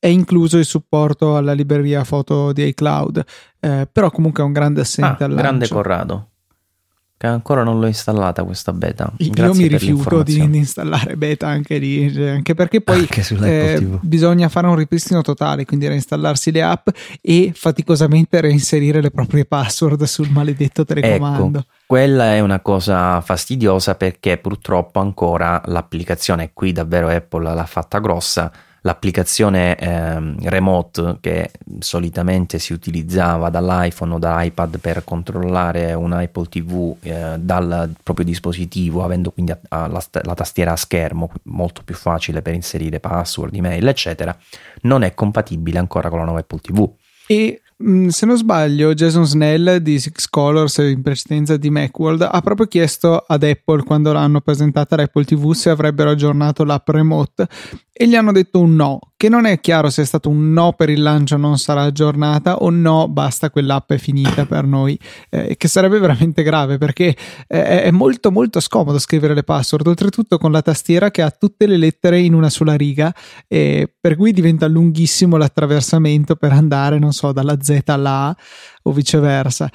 è incluso il supporto alla libreria foto di iCloud, però comunque è un grande assente al lancio. Grande Corrado, che ancora non l'ho installata questa beta. Io mi rifiuto di installare beta anche lì, anche perché poi anche bisogna fare un ripristino totale, quindi reinstallarsi le app e faticosamente reinserire le proprie password sul maledetto telecomando. Ecco, quella è una cosa fastidiosa, perché purtroppo ancora l'applicazione, qui davvero Apple l'ha fatta grossa, l'applicazione remote che solitamente si utilizzava dall'iPhone o dall'iPad per controllare un Apple TV dal proprio dispositivo, avendo quindi la tastiera a schermo, molto più facile per inserire password, email, eccetera, non è compatibile ancora con la nuova Apple TV. E se non sbaglio, Jason Snell di Six Colors, in precedenza di Macworld, ha proprio chiesto ad Apple, quando l'hanno presentata l'Apple TV, se avrebbero aggiornato l'app remote, e gli hanno detto un no, che non è chiaro se è stato un no per il lancio, non sarà aggiornata, o no, basta, quell'app è finita per noi, che sarebbe veramente grave, perché è molto molto scomodo scrivere le password, oltretutto con la tastiera che ha tutte le lettere in una sola riga, per cui diventa lunghissimo l'attraversamento per andare, non so, dalla Z alla A o viceversa.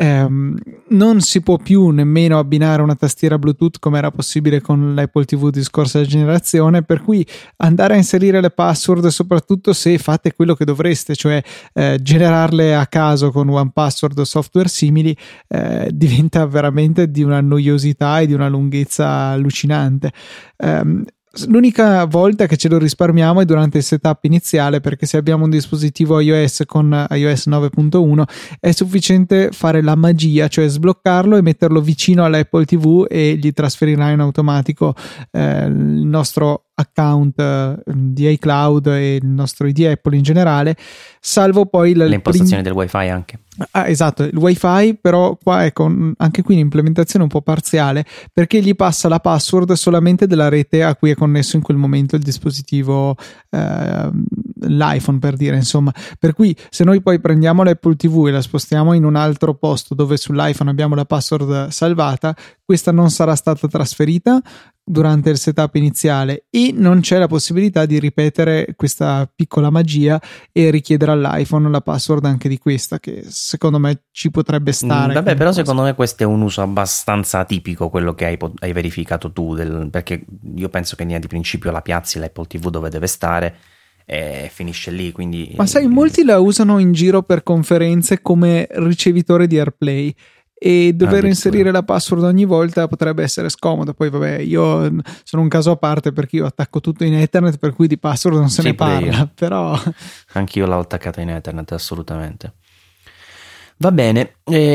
Non si può più nemmeno abbinare una tastiera Bluetooth come era possibile con l'Apple TV di scorsa generazione, per cui andare a inserire le password, soprattutto se fate quello che dovreste, cioè generarle a caso con OnePassword o software simili, diventa veramente di una noiosità e di una lunghezza allucinante. L'unica volta che ce lo risparmiamo è durante il setup iniziale, perché se abbiamo un dispositivo iOS con iOS 9.1 è sufficiente fare la magia, cioè sbloccarlo e metterlo vicino all'Apple TV e gli trasferirà in automatico il nostro account di iCloud e il nostro ID Apple in generale, salvo poi le impostazioni del wifi anche. Esatto, il wifi, però qua ecco, anche qui un'implementazione un po' parziale, perché gli passa la password solamente della rete a cui è connesso in quel momento il dispositivo, l'iPhone per dire, insomma, per cui se noi poi prendiamo l'Apple TV e la spostiamo in un altro posto dove sull'iPhone abbiamo la password salvata, questa non sarà stata trasferita durante il setup iniziale e non c'è la possibilità di ripetere questa piccola magia e richiedere all'iPhone la password anche di questa, che secondo me ci potrebbe stare. Vabbè, però cosa. Secondo me questo è un uso abbastanza atipico, quello che hai verificato tu, perché io penso che in linea di principio la piazzi l'Apple TV dove deve stare e finisce lì, quindi. Ma sai, molti la usano in giro per conferenze come ricevitore di AirPlay, e dover inserire la password ogni volta potrebbe essere scomodo. Poi vabbè, io sono un caso a parte perché io attacco tutto in Ethernet, per cui di password non se ne parla, però anch'io l'ho attaccata in Ethernet, assolutamente. Va bene,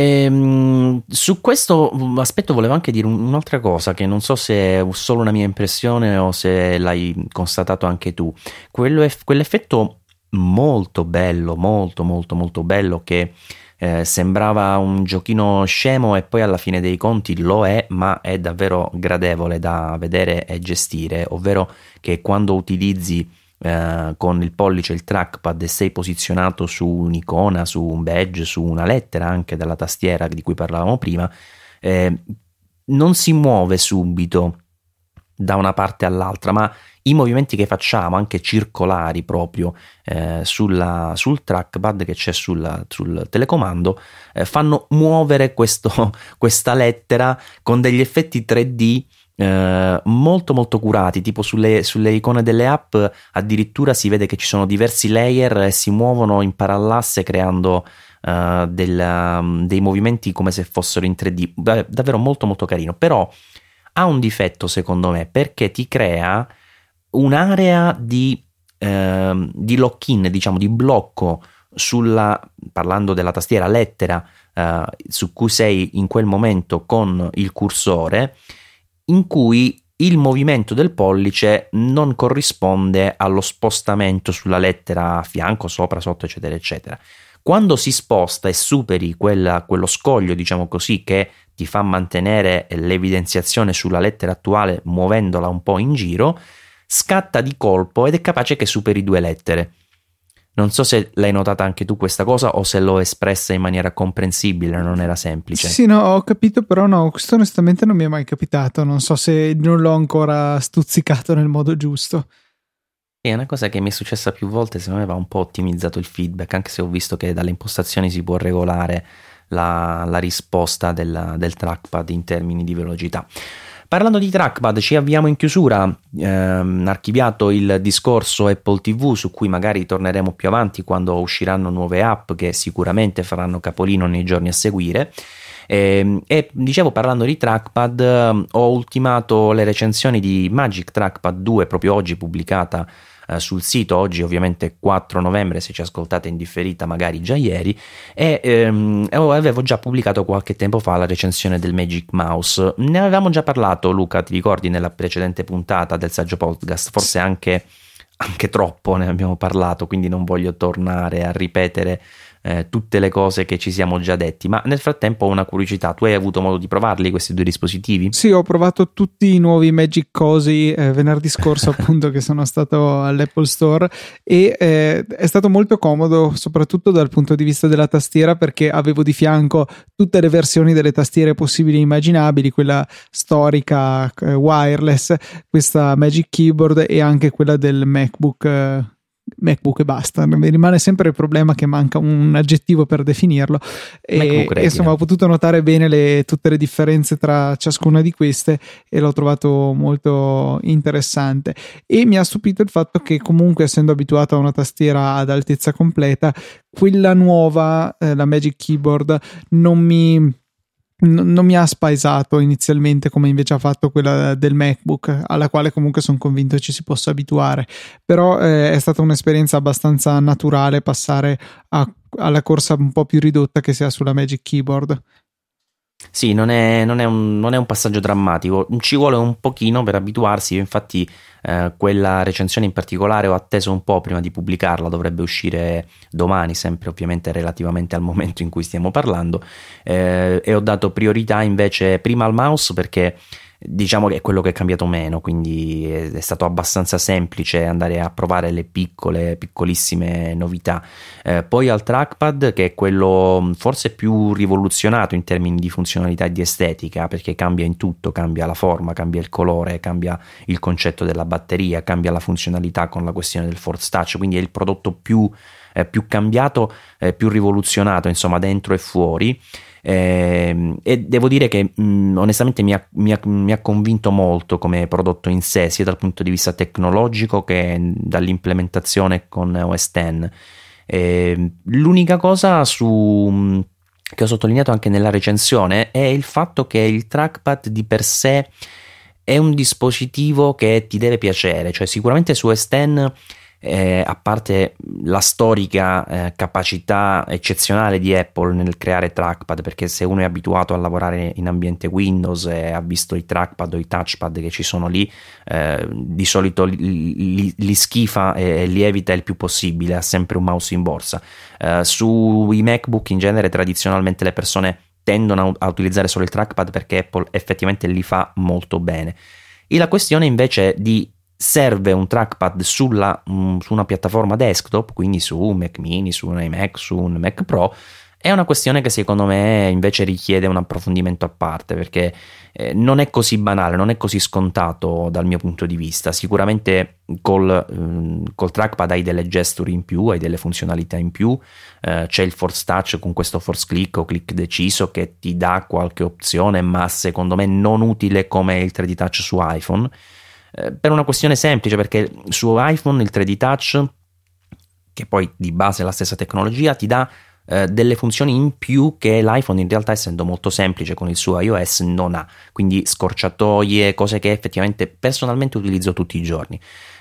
su questo aspetto volevo anche dire un'altra cosa, che non so se è solo una mia impressione o se l'hai constatato anche tu. Quell'effetto molto bello, molto molto molto bello, che sembrava un giochino scemo e poi alla fine dei conti lo è, ma è davvero gradevole da vedere e gestire, ovvero che quando utilizzi con il pollice il trackpad e sei posizionato su un'icona, su un badge, su una lettera anche della tastiera di cui parlavamo prima, non si muove subito da una parte all'altra, ma i movimenti che facciamo, anche circolari proprio sul trackpad che c'è sul telecomando, fanno muovere questa lettera con degli effetti 3D molto molto curati, tipo sulle icone delle app addirittura si vede che ci sono diversi layer e si muovono in parallasse creando dei movimenti come se fossero in 3D, davvero molto molto carino. Però ha un difetto secondo me, perché ti crea un'area di lock-in, diciamo di blocco parlando della tastiera lettera su cui sei in quel momento con il cursore, in cui il movimento del pollice non corrisponde allo spostamento sulla lettera a fianco, sopra, sotto, eccetera eccetera. Quando si sposta e superi quello scoglio, diciamo così, che ti fa mantenere l'evidenziazione sulla lettera attuale muovendola un po' in giro, scatta di colpo ed è capace che superi 2 lettere. Non so se l'hai notata anche tu questa cosa o se l'ho espressa in maniera comprensibile, non era semplice. Sì, no, ho capito, però no, questo onestamente non mi è mai capitato, non so se non l'ho ancora stuzzicato nel modo giusto. È una cosa che mi è successa più volte, secondo me va un po' ottimizzato il feedback, anche se ho visto che dalle impostazioni si può regolare la risposta del trackpad in termini di velocità. Parlando di trackpad, ci avviamo in chiusura, archiviato il discorso Apple TV, su cui magari torneremo più avanti quando usciranno nuove app che sicuramente faranno capolino nei giorni a seguire. E dicevo, parlando di trackpad, ho ultimato le recensioni di Magic Trackpad 2 proprio oggi, pubblicata sul sito. Oggi ovviamente 4 novembre, se ci ascoltate in differita magari già ieri, e avevo già pubblicato qualche tempo fa la recensione del Magic Mouse. Ne avevamo già parlato, Luca, ti ricordi, nella precedente puntata del Saggio Podcast, forse anche troppo ne abbiamo parlato, quindi non voglio tornare a ripetere tutte le cose che ci siamo già detti, ma nel frattempo ho una curiosità: tu hai avuto modo di provarli questi due dispositivi? Sì, ho provato tutti i nuovi Magic Cozy venerdì scorso appunto, che sono stato all'Apple Store, e è stato molto comodo, soprattutto dal punto di vista della tastiera, perché avevo di fianco tutte le versioni delle tastiere possibili e immaginabili, quella storica wireless, questa Magic Keyboard e anche quella del MacBook e basta. Mi rimane sempre il problema che manca un aggettivo per definirlo, e insomma ho potuto notare bene tutte le differenze tra ciascuna di queste, e l'ho trovato molto interessante. E mi ha stupito il fatto che, comunque, essendo abituato a una tastiera ad altezza completa, quella nuova, la Magic Keyboard, non mi ha spaesato inizialmente come invece ha fatto quella del MacBook, alla quale comunque sono convinto ci si possa abituare. Però è stata un'esperienza abbastanza naturale passare alla corsa un po' più ridotta che si ha sulla Magic Keyboard. Sì, non è un passaggio drammatico, ci vuole un pochino per abituarsi. Infatti quella recensione in particolare ho atteso un po' prima di pubblicarla, dovrebbe uscire domani, sempre ovviamente relativamente al momento in cui stiamo parlando, e ho dato priorità invece prima al mouse, perché diciamo che è quello che è cambiato meno, quindi è stato abbastanza semplice andare a provare le piccolissime novità. Poi al trackpad, che è quello forse più rivoluzionato in termini di funzionalità e di estetica, perché cambia in tutto, cambia la forma, cambia il colore, cambia il concetto della batteria, cambia la funzionalità con la questione del Force Touch, quindi è il prodotto più cambiato, più rivoluzionato, insomma, dentro e fuori. E devo dire che onestamente mi ha convinto molto come prodotto in sé, sia dal punto di vista tecnologico che dall'implementazione con OS X. L'unica cosa che ho sottolineato anche nella recensione è il fatto che il trackpad di per sé è un dispositivo che ti deve piacere, cioè sicuramente su OS X, a parte la storica capacità eccezionale di Apple nel creare trackpad, perché se uno è abituato a lavorare in ambiente Windows e ha visto i trackpad o i touchpad che ci sono lì, di solito li schifa e li evita il più possibile, ha sempre un mouse in borsa. Sui MacBook in genere tradizionalmente le persone tendono a utilizzare solo il trackpad perché Apple effettivamente li fa molto bene. E la questione invece di serve un trackpad su una piattaforma desktop, quindi su un Mac mini, su un iMac, su un Mac Pro, è una questione che secondo me invece richiede un approfondimento a parte, perché non è così banale, non è così scontato dal mio punto di vista. Sicuramente col trackpad hai delle gesture in più, hai delle funzionalità in più, c'è il Force Touch con questo force click o click deciso che ti dà qualche opzione, ma secondo me non utile come il 3D Touch su iPhone, per una questione semplice, perché su iPhone il 3D Touch, che poi di base è la stessa tecnologia, ti dà delle funzioni in più che l'iPhone, in realtà, essendo molto semplice con il suo iOS, non ha, quindi scorciatoie, cose che effettivamente personalmente utilizzo tutti i giorni.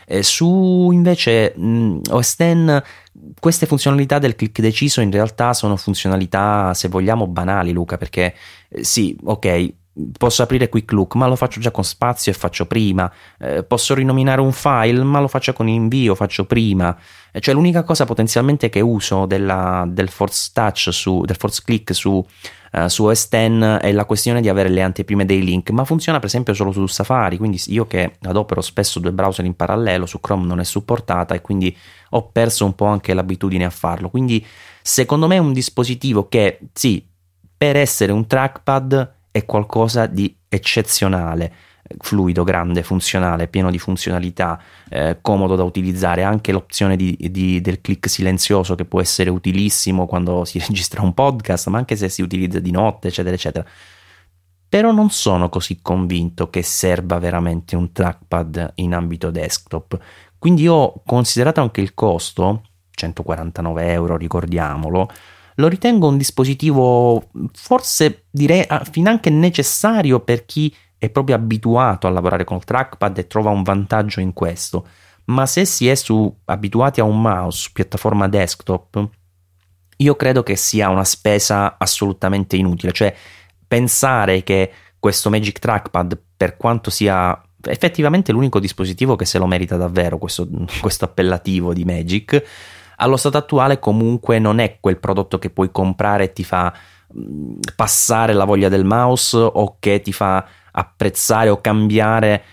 Su invece OS X, queste funzionalità del click deciso in realtà sono funzionalità, se vogliamo, banali, Luca, perché sì, ok, posso aprire Quick Look, ma lo faccio già con spazio e faccio prima. Posso rinominare un file, ma lo faccio con invio, faccio prima. Cioè l'unica cosa potenzialmente che uso del Force Touch del Force Click su OS X è la questione di avere le anteprime dei link, ma funziona per esempio solo su Safari, quindi io che adopero spesso due browser in parallelo, su Chrome non è supportata e quindi ho perso un po' anche l'abitudine a farlo. Quindi secondo me è un dispositivo che sì, per essere un trackpad è qualcosa di eccezionale, fluido, grande, funzionale, pieno di funzionalità, comodo da utilizzare, anche l'opzione del click silenzioso che può essere utilissimo quando si registra un podcast, ma anche se si utilizza di notte, eccetera eccetera. Però non sono così convinto che serva veramente un trackpad in ambito desktop, quindi ho considerato anche il costo, 149 euro, ricordiamolo. Lo ritengo un dispositivo forse direi finanche necessario per chi è proprio abituato a lavorare col trackpad e trova un vantaggio in questo, ma se si è abituati a un mouse su piattaforma desktop, io credo che sia una spesa assolutamente inutile. Cioè, pensare che questo Magic Trackpad, per quanto sia effettivamente l'unico dispositivo che se lo merita davvero, questo appellativo di Magic, allo stato attuale comunque non è quel prodotto che puoi comprare e ti fa passare la voglia del mouse, o che ti fa apprezzare o cambiare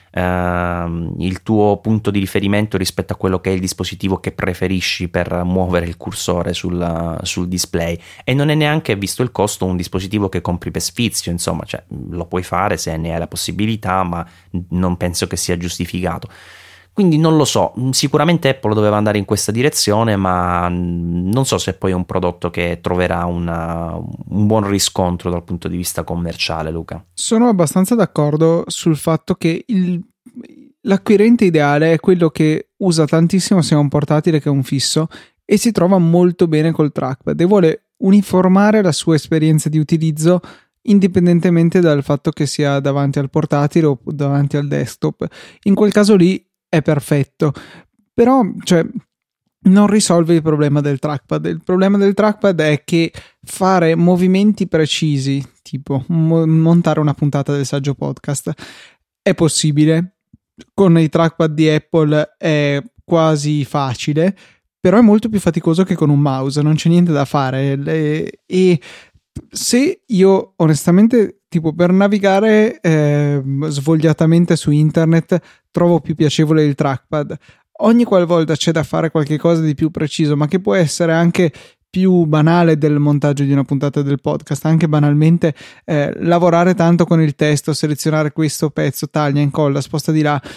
il tuo punto di riferimento rispetto a quello che è il dispositivo che preferisci per muovere il cursore sul display. E non è neanche, visto il costo, un dispositivo che compri per sfizio, insomma, cioè, lo puoi fare se ne hai la possibilità, ma non penso che sia giustificato. Quindi non lo so, sicuramente Apple doveva andare in questa direzione, ma non so se poi è un prodotto che troverà un buon riscontro dal punto di vista commerciale, Luca. Sono abbastanza d'accordo sul fatto che l'acquirente ideale è quello che usa tantissimo sia un portatile che un fisso e si trova molto bene col trackpad e vuole uniformare la sua esperienza di utilizzo indipendentemente dal fatto che sia davanti al portatile o davanti al desktop. In quel caso lì è perfetto, però cioè, non risolve il problema del trackpad. Il problema del trackpad è che fare movimenti precisi, tipo montare una puntata del Saggio Podcast, è possibile. Con i trackpad di Apple è quasi facile, però è molto più faticoso che con un mouse, non c'è niente da fare. E se io onestamente, tipo, per navigare svogliatamente su internet trovo più piacevole il trackpad, ogni qualvolta c'è da fare qualche cosa di più preciso, ma che può essere anche più banale del montaggio di una puntata del podcast, anche banalmente lavorare tanto con il testo, selezionare questo pezzo, taglia, incolla, sposta di là,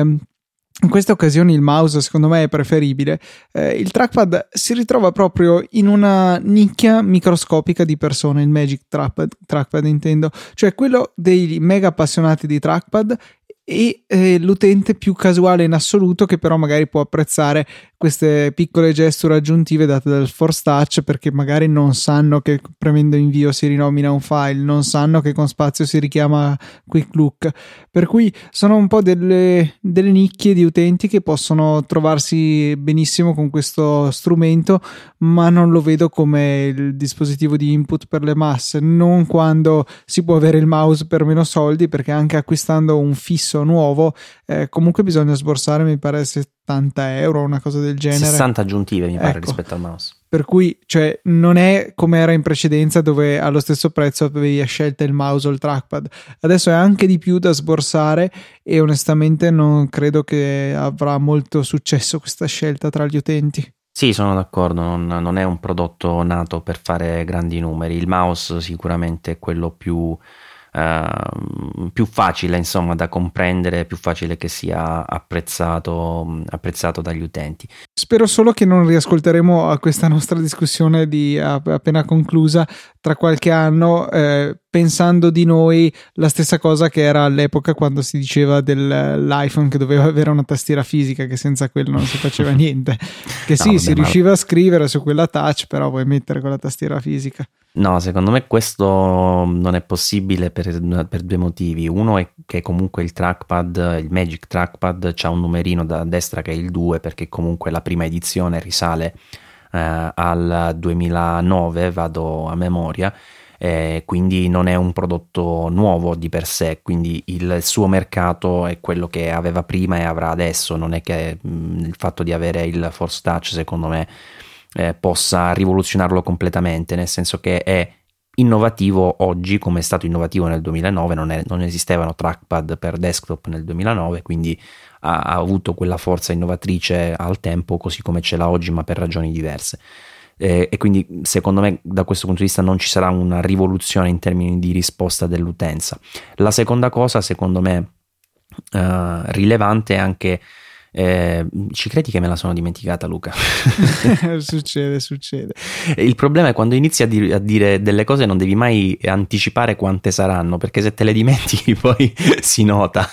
in queste occasioni il mouse secondo me è preferibile. Il trackpad si ritrova proprio in una nicchia microscopica di persone, il Magic Trackpad intendo, cioè quello dei mega appassionati di trackpad e l'utente più casuale in assoluto, che però magari può apprezzare queste piccole gesture aggiuntive date dal Force Touch, perché magari non sanno che premendo invio si rinomina un file, non sanno che con spazio si richiama Quick Look, per cui sono un po' delle nicchie di utenti che possono trovarsi benissimo con questo strumento, ma non lo vedo come il dispositivo di input per le masse, non quando si può avere il mouse per meno soldi, perché anche acquistando un fisso nuovo comunque bisogna sborsare, mi pare, 70 euro, una cosa del genere, 60 aggiuntive mi pare, ecco, rispetto al mouse, per cui cioè non è come era in precedenza dove allo stesso prezzo avevi a scelta il mouse o il trackpad. Adesso è anche di più da sborsare e onestamente non credo che avrà molto successo questa scelta tra gli utenti. Sì, sono d'accordo, non è un prodotto nato per fare grandi numeri. Il mouse sicuramente è quello più facile, insomma, da comprendere, più facile che sia apprezzato dagli utenti. Spero solo che non riascolteremo a questa nostra discussione appena conclusa tra qualche anno pensando di noi la stessa cosa che era all'epoca quando si diceva dell'iPhone che doveva avere una tastiera fisica, che senza quello non si faceva niente, che sì, si riusciva a scrivere su quella touch, però vuoi mettere quella tastiera fisica. No, secondo me questo non è possibile per due motivi. Uno è che comunque il trackpad, il Magic Trackpad, c'ha un numerino da destra che è il 2, perché comunque la prima edizione risale al 2009, vado a memoria, quindi non è un prodotto nuovo di per sé, quindi il suo mercato è quello che aveva prima e avrà adesso. Non è che il fatto di avere il Force Touch, secondo me, possa rivoluzionarlo completamente, nel senso che è innovativo oggi come è stato innovativo nel 2009. Non esistevano trackpad per desktop nel 2009, quindi ha avuto quella forza innovatrice al tempo, così come ce l'ha oggi, ma per ragioni diverse, e quindi secondo me da questo punto di vista non ci sarà una rivoluzione in termini di risposta dell'utenza. La seconda cosa, secondo me, rilevante anche. Ci credi che me la sono dimenticata, Luca? Succede. Il problema è quando inizi a dire delle cose non devi mai anticipare quante saranno, perché se te le dimentichi poi si nota.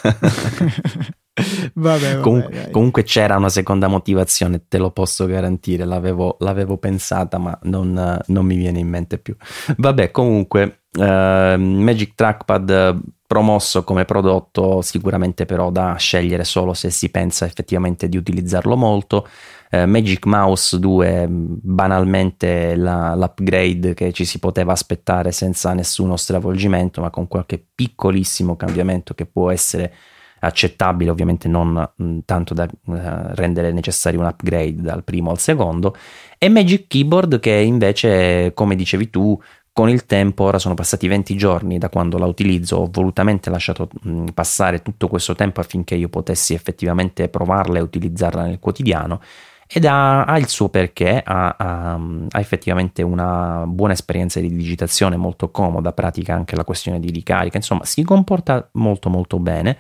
Vabbè, comunque c'era una seconda motivazione, te lo posso garantire, l'avevo pensata ma non mi viene in mente più. Vabbè, comunque Magic Trackpad promosso come prodotto, sicuramente però da scegliere solo se si pensa effettivamente di utilizzarlo molto. Magic Mouse 2 banalmente l'upgrade che ci si poteva aspettare senza nessuno stravolgimento, ma con qualche piccolissimo cambiamento che può essere accettabile, ovviamente non tanto da rendere necessario un upgrade dal primo al secondo. E Magic Keyboard che invece, come dicevi tu, con il tempo, ora sono passati 20 giorni da quando la utilizzo, ho volutamente lasciato passare tutto questo tempo affinché io potessi effettivamente provarla e utilizzarla nel quotidiano, ed ha il suo perché, ha effettivamente una buona esperienza di digitazione, molto comoda, pratica anche la questione di ricarica, insomma si comporta molto molto bene.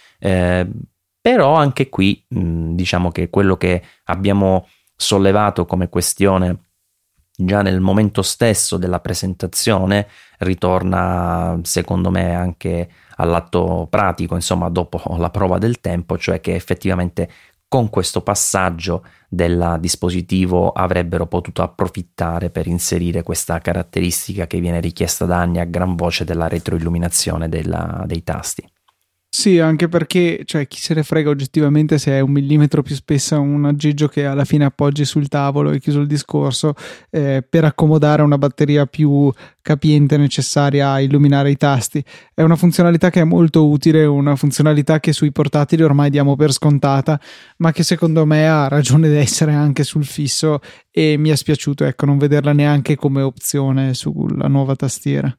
Però anche qui diciamo che quello che abbiamo sollevato come questione già nel momento stesso della presentazione ritorna secondo me anche all'atto pratico, insomma dopo la prova del tempo, cioè che effettivamente con questo passaggio del dispositivo avrebbero potuto approfittare per inserire questa caratteristica che viene richiesta da anni a gran voce della retroilluminazione dei tasti. Sì, anche perché, cioè, chi se ne frega oggettivamente se è 1 millimetro più spessa un aggeggio che alla fine appoggi sul tavolo, e chiuso il discorso, per accomodare una batteria più capiente necessaria a illuminare i tasti. È una funzionalità che è molto utile, una funzionalità che sui portatili ormai diamo per scontata, ma che secondo me ha ragione di essere anche sul fisso, e mi è spiaciuto, ecco, non vederla neanche come opzione sulla nuova tastiera.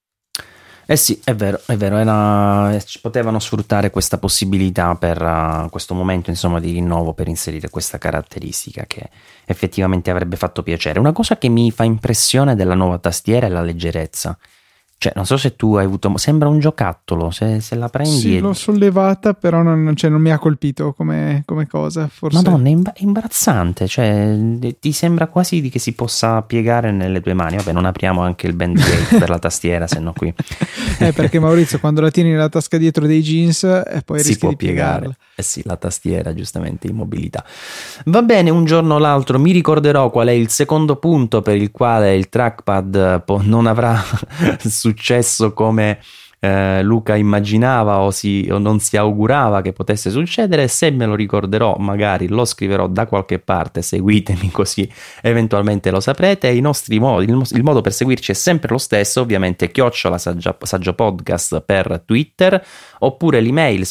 Eh sì, è vero, potevano sfruttare questa possibilità per questo momento, insomma, di rinnovo, per inserire questa caratteristica che effettivamente avrebbe fatto piacere. Una cosa che mi fa impressione della nuova tastiera è la leggerezza. Cioè, non so se tu hai avuto, sembra un giocattolo, se la prendi. Sì, l'ho sollevata, però non mi ha colpito come cosa, forse. Madonna, è imbarazzante, cioè ti sembra quasi che si possa piegare nelle tue mani. Vabbè, non apriamo anche il bandgate per la tastiera, se no qui. Perché Maurizio, quando la tieni nella tasca dietro dei jeans, poi si rischi può di piegare. piegarla. Sì, la tastiera, giustamente, immobilità. Va bene, un giorno o l'altro mi ricorderò qual è il secondo punto per il quale il trackpad non avrà successo come Luca immaginava o non si augurava che potesse succedere. Se me lo ricorderò, magari lo scriverò da qualche parte, seguitemi così eventualmente lo saprete. I nostri modi, il modo per seguirci è sempre lo stesso, ovviamente @Saggio Podcast per Twitter, oppure l'email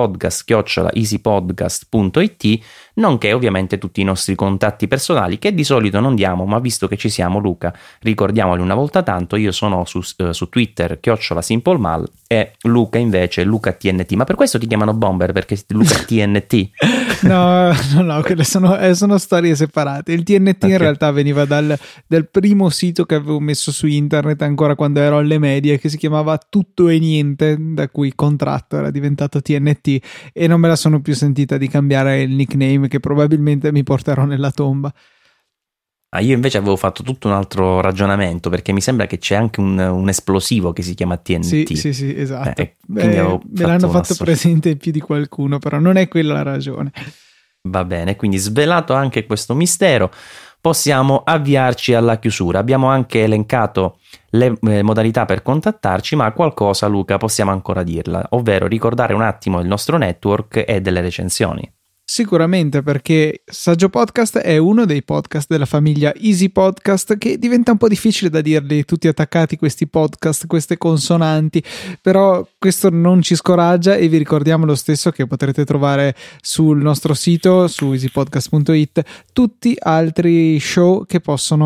saggiopodcast@easypodcast.it, nonché ovviamente tutti i nostri contatti personali che di solito non diamo, ma visto che ci siamo, Luca, ricordiamoli una volta tanto. Io sono su Twitter @SimpleMal e Luca invece LucaTNT. Ma per questo ti chiamano Bomber, perché Luca TNT? No, quelle sono storie separate. Il TNT in realtà veniva dal primo sito che avevo messo su internet ancora quando ero alle medie, che si chiamava Tutto e Niente, da cui contratto era diventato TNT, e non me la sono più sentita di cambiare il nickname, che probabilmente mi porterò nella tomba. Io invece avevo fatto tutto un altro ragionamento, perché mi sembra che c'è anche un esplosivo che si chiama TNT. Sì, esatto. Me l'hanno fatto presente più di qualcuno, però non è quella la ragione. Va bene, quindi svelato anche questo mistero, possiamo avviarci alla chiusura. Abbiamo anche elencato le modalità per contattarci, ma qualcosa, Luca, possiamo ancora dirla, ovvero ricordare un attimo il nostro network e delle recensioni. Sicuramente, perché Saggio Podcast è uno dei podcast della famiglia Easy Podcast, che diventa un po' difficile da dirli tutti attaccati, questi podcast, queste consonanti, però questo non ci scoraggia, e vi ricordiamo lo stesso che potrete trovare sul nostro sito, su easypodcast.it, tutti altri show che possono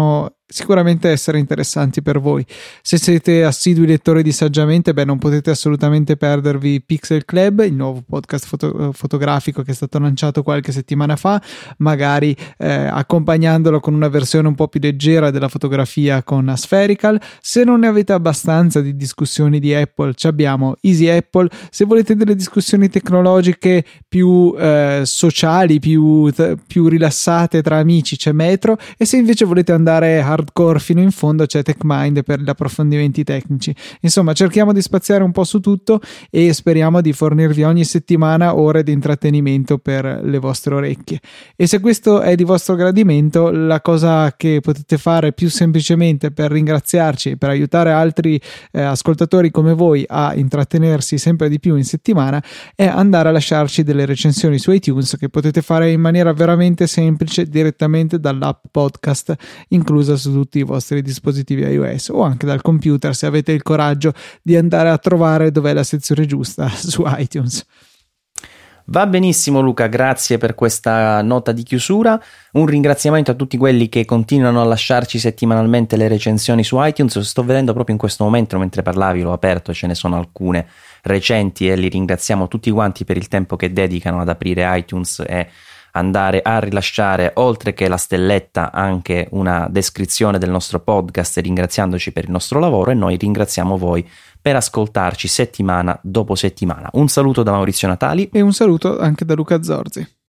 sicuramente essere interessanti per voi. Se siete assidui lettori di Saggiamente, non potete assolutamente perdervi Pixel Club, il nuovo podcast fotografico che è stato lanciato qualche settimana fa, magari accompagnandolo con una versione un po' più leggera della fotografia con Aspherical. Se non ne avete abbastanza di discussioni di Apple, abbiamo Easy Apple. Se volete delle discussioni tecnologiche più sociali, più rilassate tra amici, c'è Metro, e se invece volete andare hardcore fino in fondo c'è TechMind per gli approfondimenti tecnici. Insomma, cerchiamo di spaziare un po' su tutto e speriamo di fornirvi ogni settimana ore di intrattenimento per le vostre orecchie. E se questo è di vostro gradimento, la cosa che potete fare più semplicemente per ringraziarci e per aiutare altri ascoltatori come voi a intrattenersi sempre di più in settimana è andare a lasciarci delle recensioni su iTunes, che potete fare in maniera veramente semplice direttamente dall'app podcast inclusa su tutti i vostri dispositivi iOS, o anche dal computer se avete il coraggio di andare a trovare dov'è la sezione giusta su iTunes. Va benissimo Luca, grazie per questa nota di chiusura. Un ringraziamento a tutti quelli che continuano a lasciarci settimanalmente le recensioni su iTunes. Sto vedendo proprio in questo momento, mentre parlavi l'ho aperto, ce ne sono alcune recenti e li ringraziamo tutti quanti per il tempo che dedicano ad aprire iTunes e andare a rilasciare, oltre che la stelletta, anche una descrizione del nostro podcast, ringraziandoci per il nostro lavoro, e noi ringraziamo voi per ascoltarci settimana dopo settimana. Un saluto da Maurizio Natali e un saluto anche da Luca Zorzi.